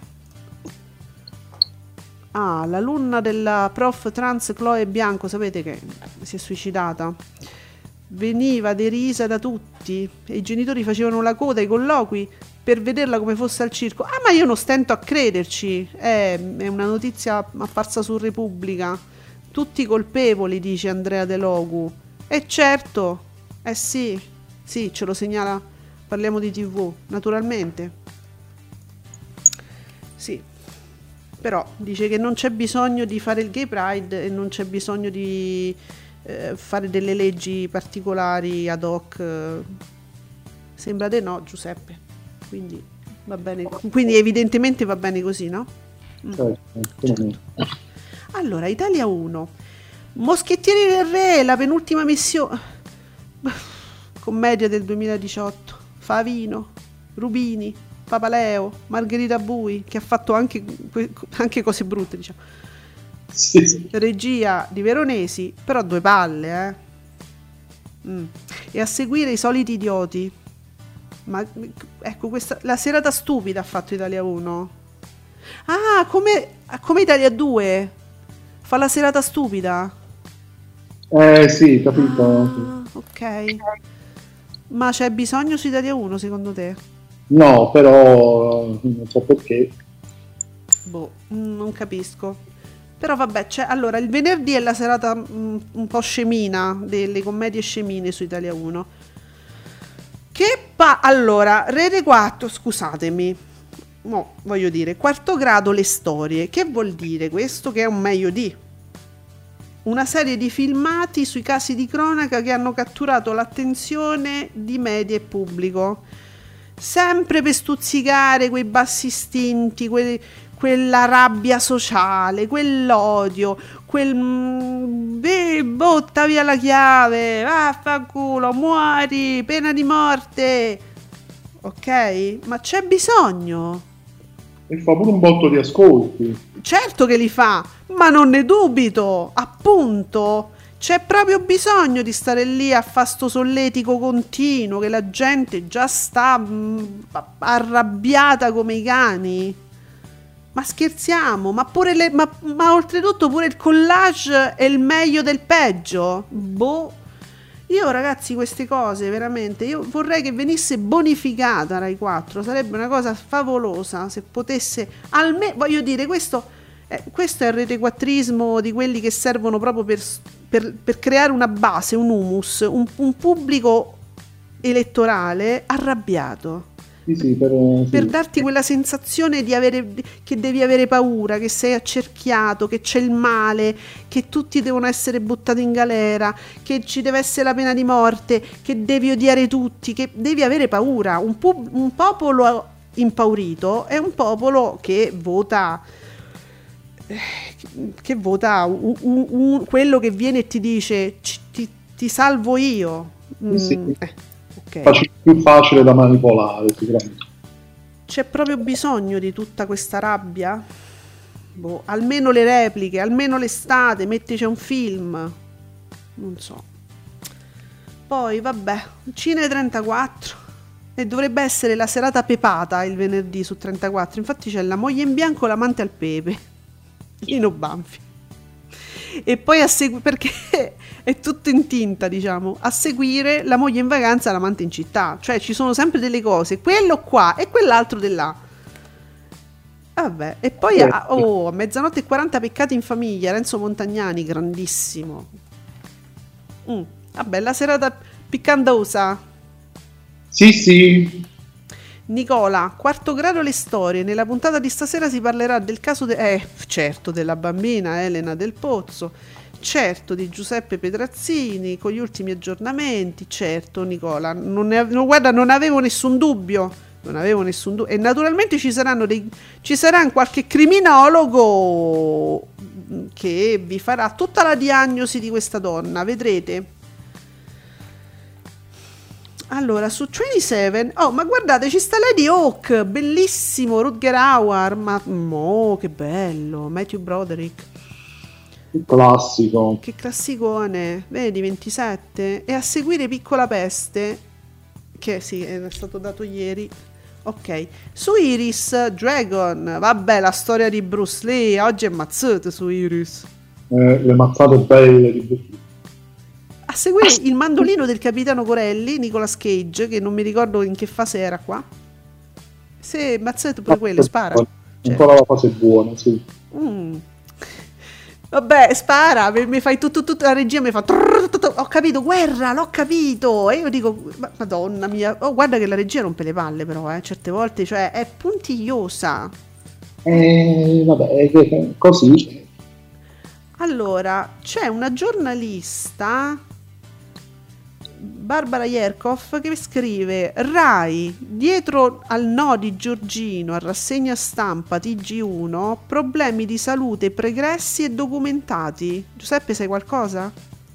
l'alunna della prof trans Chloe Bianco, sapete che si è suicidata, veniva derisa da tutti e i genitori facevano la coda ai colloqui per vederla come fosse al circo. Ma io non stento a crederci, è una notizia apparsa su Repubblica. Tutti colpevoli, dice Andrea De Logu. E certo, sì, ce lo segnala, parliamo di TV, naturalmente. Sì. Però dice che non c'è bisogno di fare il Gay Pride e non c'è bisogno di fare delle leggi particolari ad hoc. Sembra di no, Giuseppe. Quindi va bene. Quindi evidentemente va bene così, no? Certo. Allora, Italia 1. Moschettieri del Re, la penultima missione. Commedia del 2018. Favino, Rubini, Papaleo, Margherita Bui, che ha fatto anche cose brutte, diciamo. Sì. Regia di Veronesi, però 2 palle, E a seguire I soliti idioti. Ma ecco, la serata stupida ha fatto Italia 1. Come Italia 2 fa la serata stupida. Sì, capito. Ok. Ma c'è bisogno su Italia 1 secondo te? No, però non so perché. Non capisco. Però vabbè, allora il venerdì è la serata un po' scemina, delle commedie scemine su Italia 1. Allora, Rete 4, scusatemi, voglio dire, quarto grado le storie. Che vuol dire questo? Che è un meglio di una serie di filmati sui casi di cronaca che hanno catturato l'attenzione di media e pubblico, sempre per stuzzicare quei bassi istinti, quella rabbia sociale, quell'odio, botta via la chiave, vaffanculo, muori, pena di morte, ok? Ma c'è bisogno? E fa pure un botto di ascolti. Certo che li fa, ma non ne dubito, appunto. C'è proprio bisogno di stare lì a fare sto solletico continuo, che la gente già sta arrabbiata come i cani. Ma scherziamo? Ma oltretutto pure il collage è il meglio del peggio? Boh. Io ragazzi, queste cose veramente, io vorrei che venisse bonificata Rai 4, sarebbe una cosa favolosa se potesse, almeno, voglio dire, questo è il retequattrismo di quelli che servono proprio per creare una base, un humus, un pubblico elettorale arrabbiato. Sì, per darti quella sensazione che devi avere paura, che sei accerchiato, che c'è il male, che tutti devono essere buttati in galera, che ci deve essere la pena di morte, che devi odiare tutti, che devi avere paura. Un popolo impaurito è un popolo che vota quello che viene e ti dice ti salvo io. Sì. Okay. Più facile da manipolare sicuramente. C'è proprio bisogno di tutta questa rabbia? Almeno le repliche, almeno l'estate, mettici un film, non so. Poi vabbè, Cine 34, e dovrebbe essere la serata pepata il venerdì su 34. Infatti c'è La moglie in bianco, l'amante al pepe, Lino Banfi. E poi perché è tutto in tinta, diciamo, a seguire La moglie in vacanza, l'amante in città. Cioè ci sono sempre delle cose, quello qua e quell'altro di là. Vabbè, e poi a mezzanotte e 40 peccati in famiglia, Renzo Montagnani, grandissimo. Vabbè, la serata piccandosa. Sì. Nicola, quarto grado le storie. Nella puntata di stasera si parlerà del caso certo, della bambina Elena Del Pozzo, certo di Giuseppe Petrazzini con gli ultimi aggiornamenti, certo Nicola, guarda, non avevo nessun dubbio, e naturalmente ci sarà qualche criminologo che vi farà tutta la diagnosi di questa donna, vedrete. Allora, su 27, ma guardate, ci sta Lady Hawk, bellissimo, Rutger Hauer, che bello, Matthew Broderick. Il classico. Che classicone, vedi, 27, e a seguire Piccola Peste, che sì, è stato dato ieri, ok. Su Iris, Dragon, vabbè, la storia di Bruce Lee, oggi è mazzate su Iris. Le mazzate belle di Bruce Lee. A seguire Il mandolino del capitano Corelli, Nicolas Cage, che non mi ricordo in che fase era qua. Se mazzetto pure quello, spara. Ancora la fase buona, sì. Vabbè, spara, mi fai tutto, la regia mi fa ho capito, guerra, l'ho capito. E io dico, madonna mia, guarda che la regia rompe le palle però, certe volte, cioè è puntigliosa. Vabbè, così. Allora, c'è una giornalista, Barbara Yerkov, che scrive: Rai, dietro al no di Giorgino a rassegna stampa TG1, problemi di salute pregressi e documentati. Giuseppe, sai qualcosa?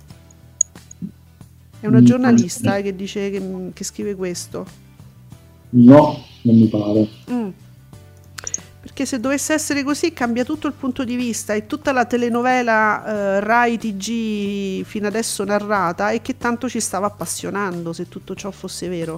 È una giornalista che dice che scrive questo. No, non mi pare. Perché se dovesse essere così cambia tutto il punto di vista e tutta la telenovela Rai TG fino adesso narrata, e che tanto ci stava appassionando, se tutto ciò fosse vero.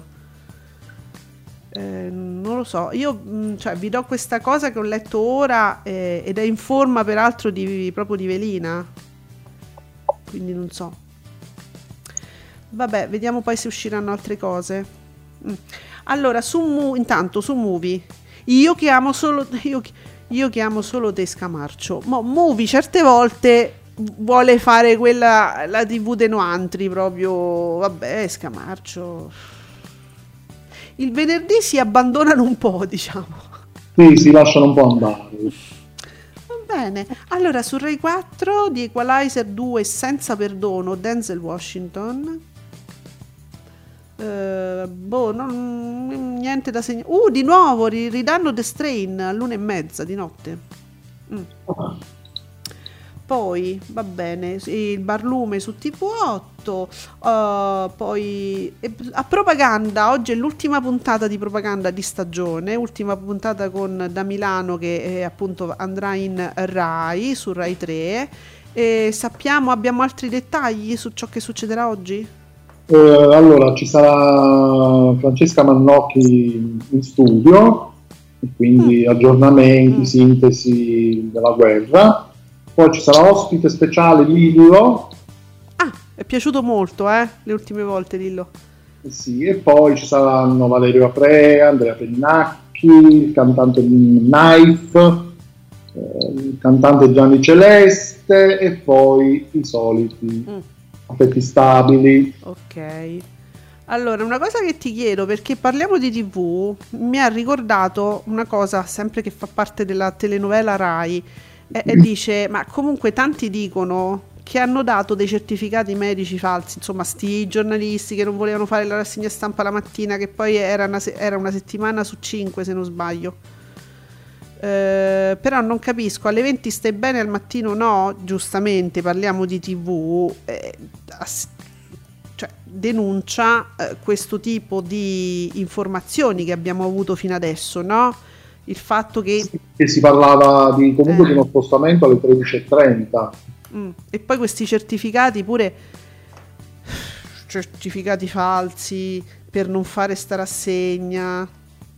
Non lo so, io vi do questa cosa che ho letto ora ed è in forma peraltro proprio di velina, quindi non so. Vabbè, vediamo poi se usciranno altre cose. Allora, intanto su Movie, io che amo solo Io chiamo solo te Scamarcio. Movie certe volte vuole fare quella, la TV de Noantri, proprio, vabbè, Scamarcio. Il venerdì si abbandonano un po', diciamo. Sì, si lasciano un po' andare. Va bene. Allora, su Rai 4 di Equalizer 2 Senza perdono, Denzel Washington. Niente da segnare. Di nuovo ridanno The Strain all'1:30 di notte. Poi va bene, il Barlume su TV8. Poi a Propaganda, oggi è l'ultima puntata di Propaganda di stagione, ultima puntata con Da Milano, che appunto andrà in Rai, su Rai 3. E abbiamo altri dettagli su ciò che succederà oggi? Allora, ci sarà Francesca Mannocchi in studio, quindi aggiornamenti, sintesi della guerra. Poi ci sarà ospite speciale Lillo. È piaciuto molto, le ultime volte Lillo. Sì, e poi ci saranno Valerio Aprea, Andrea Pennacchi, il cantante Knife, il cantante Gianni Celeste e poi i soliti affetti stabili. Ok. Allora, una cosa che ti chiedo, perché parliamo di TV, mi ha ricordato una cosa sempre che fa parte della telenovela Rai, e dice, ma comunque tanti dicono che hanno dato dei certificati medici falsi, insomma sti giornalisti che non volevano fare la rassegna stampa la mattina, che poi era una settimana su 5 se non sbaglio. Però non capisco, alle 20 stai bene, al mattino no, giustamente parliamo di TV, cioè denuncia questo tipo di informazioni che abbiamo avuto fino adesso, no? Il fatto che si parlava di comunque di uno spostamento alle 13:30. E poi questi certificati pure, certificati falsi per non fare sta rassegna.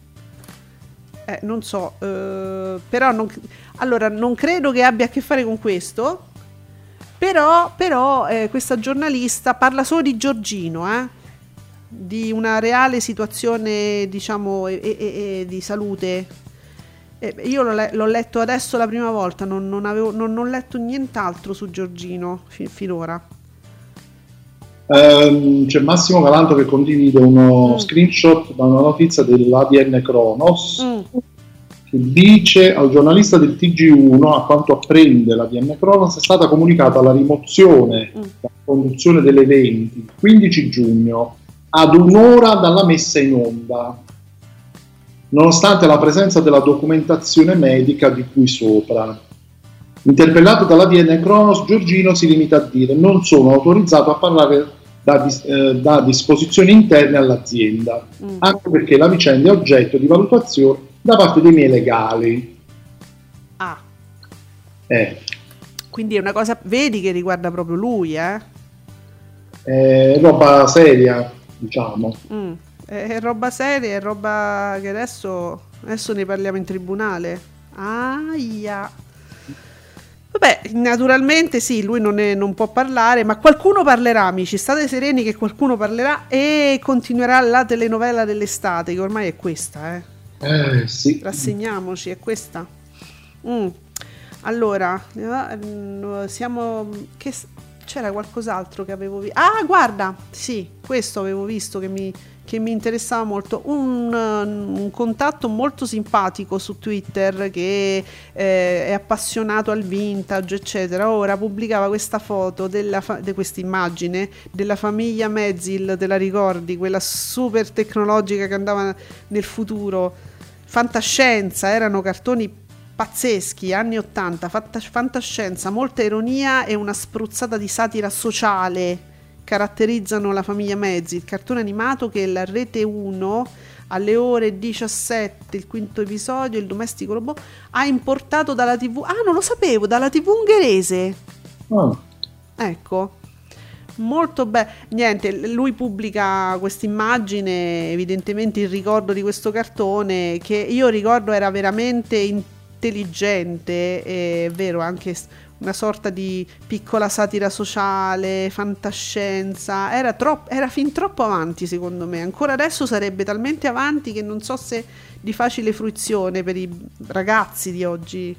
Non so, però non credo che abbia a che fare con questo, però questa giornalista parla solo di Giorgino, di una reale situazione, diciamo, di salute. Io l'ho letto adesso la prima volta, non ho letto nient'altro su Giorgino finora. C'è Massimo Galanto che condivide uno screenshot da una notizia dell'ADN Kronos che dice: al giornalista del TG1, a quanto apprende l'ADN Kronos, è stata comunicata la rimozione dalla conduzione dell'evento il 15 giugno ad un'ora dalla messa in onda, nonostante la presenza della documentazione medica di cui sopra. Interpellato dall'ADN Kronos, Giorgino si limita a dire: non sono autorizzato a parlare da disposizioni interne all'azienda, anche perché la vicenda è oggetto di valutazione da parte dei miei legali. Quindi è una cosa, vedi, che riguarda proprio lui, È roba seria, diciamo. È roba seria, è roba che adesso ne parliamo in tribunale. Aia. Vabbè, naturalmente sì, lui non può parlare, ma qualcuno parlerà, amici, state sereni che qualcuno parlerà e continuerà la telenovela dell'estate, che ormai è questa, sì. Rassegniamoci, è questa. Allora, c'era qualcos'altro che avevo visto. Guarda, sì, questo avevo visto che mi interessava molto, un contatto molto simpatico su Twitter che è appassionato al vintage eccetera. Ora pubblicava questa foto di questa immagine della famiglia Mezil, te la ricordi? Quella super tecnologica che andava nel futuro, fantascienza, erano cartoni pazzeschi, anni 80, fantascienza, molta ironia e una spruzzata di satira sociale caratterizzano la famiglia Mezzi, il cartone animato che la Rete 1 alle ore 17, il quinto episodio, il domestico robot, ha importato dalla TV. Non lo sapevo, dalla TV ungherese. Ecco, molto bello. Niente, lui pubblica questa immagine, evidentemente il ricordo di questo cartone che io ricordo era veramente intelligente, è vero, anche una sorta di piccola satira sociale, fantascienza. Era fin troppo avanti, secondo me. Ancora adesso sarebbe talmente avanti che non so se di facile fruizione per i ragazzi di oggi.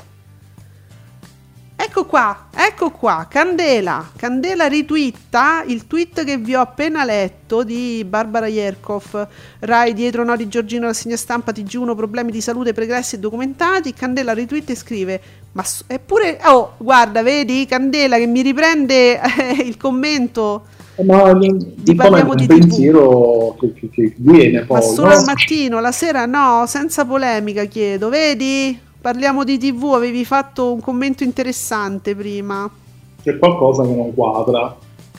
Ecco qua, Candela ritwitta il tweet che vi ho appena letto di Barbara Jerkov. Rai dietro no di Giorgino rassegna stampa TG1 problemi di salute pregressi e documentati. Candela ritwitta e scrive: ma eppure, oh guarda, vedi Candela che mi riprende il commento. Ma parliamo di pensiero che viene poi, ma solo no? al mattino, la sera no, senza polemica chiedo, vedi? Parliamo di TV, avevi fatto un commento interessante prima. C'è qualcosa che non quadra.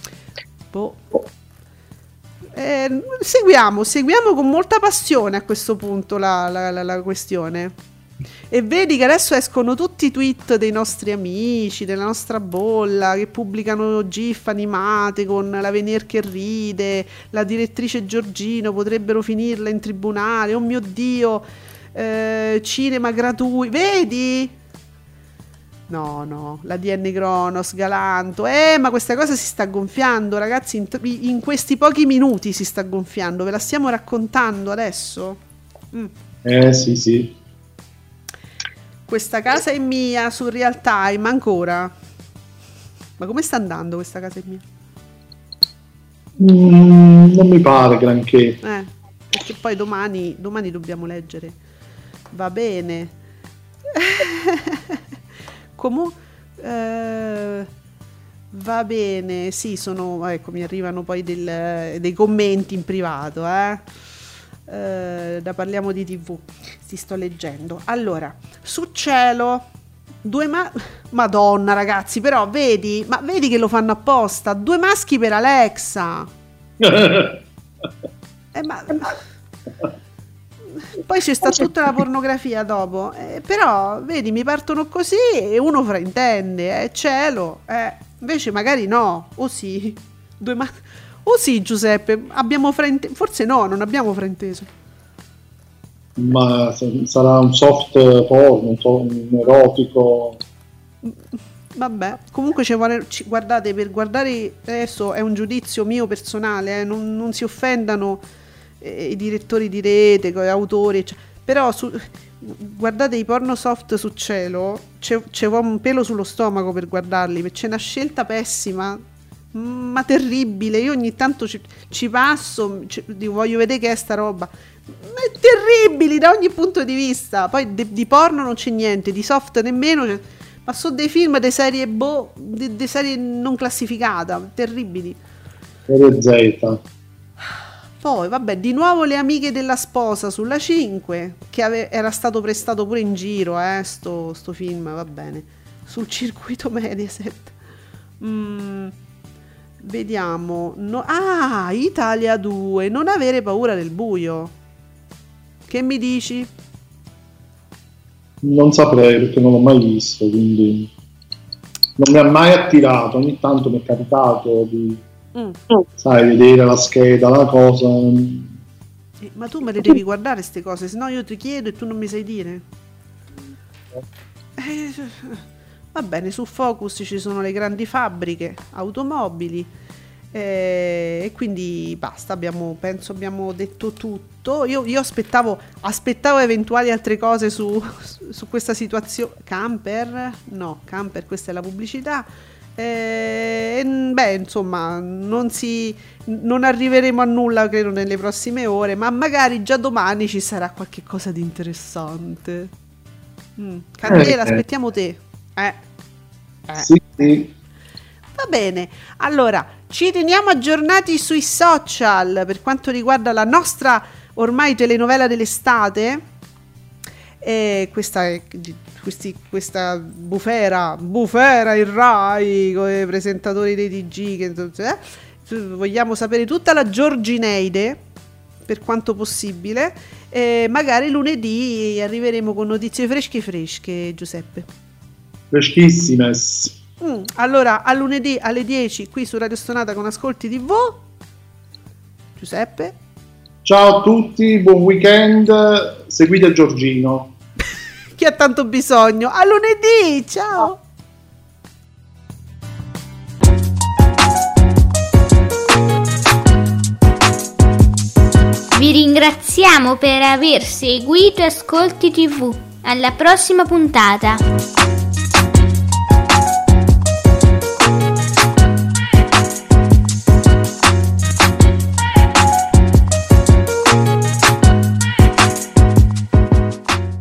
Seguiamo con molta passione a questo punto la questione. E vedi che adesso escono tutti i tweet dei nostri amici, della nostra bolla, che pubblicano gif animate con la Venier che ride, la direttrice Giorgino, potrebbero finirla in tribunale, oh mio Dio, cinema gratuito, vedi? No, la DN Cronos, Galanto, ma questa cosa si sta gonfiando, ragazzi, in questi pochi minuti si sta gonfiando, ve la stiamo raccontando adesso? Sì. Questa casa è mia su Real Time ancora. Ma come sta andando questa casa è mia? Non mi pare granché. Perché poi domani dobbiamo leggere. Va bene. Va bene, sì, ecco, mi arrivano poi dei commenti in privato, da Parliamo di TV, ti sto leggendo. Allora, su Cielo, Madonna ragazzi, però vedi che lo fanno apposta, 2 maschi per Alexa. Poi c'è sta tutta la pornografia dopo, però vedi, mi partono così e uno fraintende, Cielo, invece magari no, o sì, o sì Giuseppe, abbiamo frainteso, forse no, non abbiamo frainteso. Ma sarà un soft porno, un erotico. Vabbè, comunque guardate, per guardare, adesso è un giudizio mio personale, non si offendano i direttori di rete, gli autori, però guardate i porno soft su Cielo, c'è un pelo sullo stomaco per guardarli, perché c'è una scelta pessima, ma terribile. Io ogni tanto ci passo, voglio vedere che è sta roba, ma è terribile da ogni punto di vista. Poi di porno non c'è niente, di soft nemmeno, ma sono dei film, di serie di serie non classificata, terribili. Serie Z. Poi vabbè, di nuovo Le amiche della sposa sulla 5, che era stato prestato pure in giro, sto film, va bene, sul circuito Mediaset. Vediamo, Italia 2, non avere paura del buio. Che mi dici? Non saprei perché non l'ho mai visto, quindi non mi ha mai attirato. Ogni tanto mi è capitato di vedere la scheda, la cosa. Ma tu me le devi guardare ste cose, sennò io ti chiedo e tu non mi sai dire. Va bene, su Focus ci sono le grandi fabbriche automobili, e quindi basta, penso abbiamo detto tutto. Io aspettavo eventuali altre cose su questa situazione. Camper, questa è la pubblicità. Insomma, non arriveremo a nulla credo nelle prossime ore, ma magari già domani ci sarà qualche cosa di interessante. Candela, aspettiamo te. Sì. Va bene, allora ci teniamo aggiornati sui social per quanto riguarda la nostra ormai telenovela dell'estate, questa bufera il Rai con i presentatori dei TG, vogliamo sapere tutta la Giorgineide per quanto possibile, magari lunedì arriveremo con notizie fresche, Giuseppe. Freschissime. Allora a lunedì alle 10 qui su Radio Stonata con Ascolti TV. Giuseppe, ciao a tutti, buon weekend, seguite Giorgino. Chi ha tanto bisogno. A lunedì, ciao. ringraziamo per aver seguito Ascolti TV. Alla prossima puntata.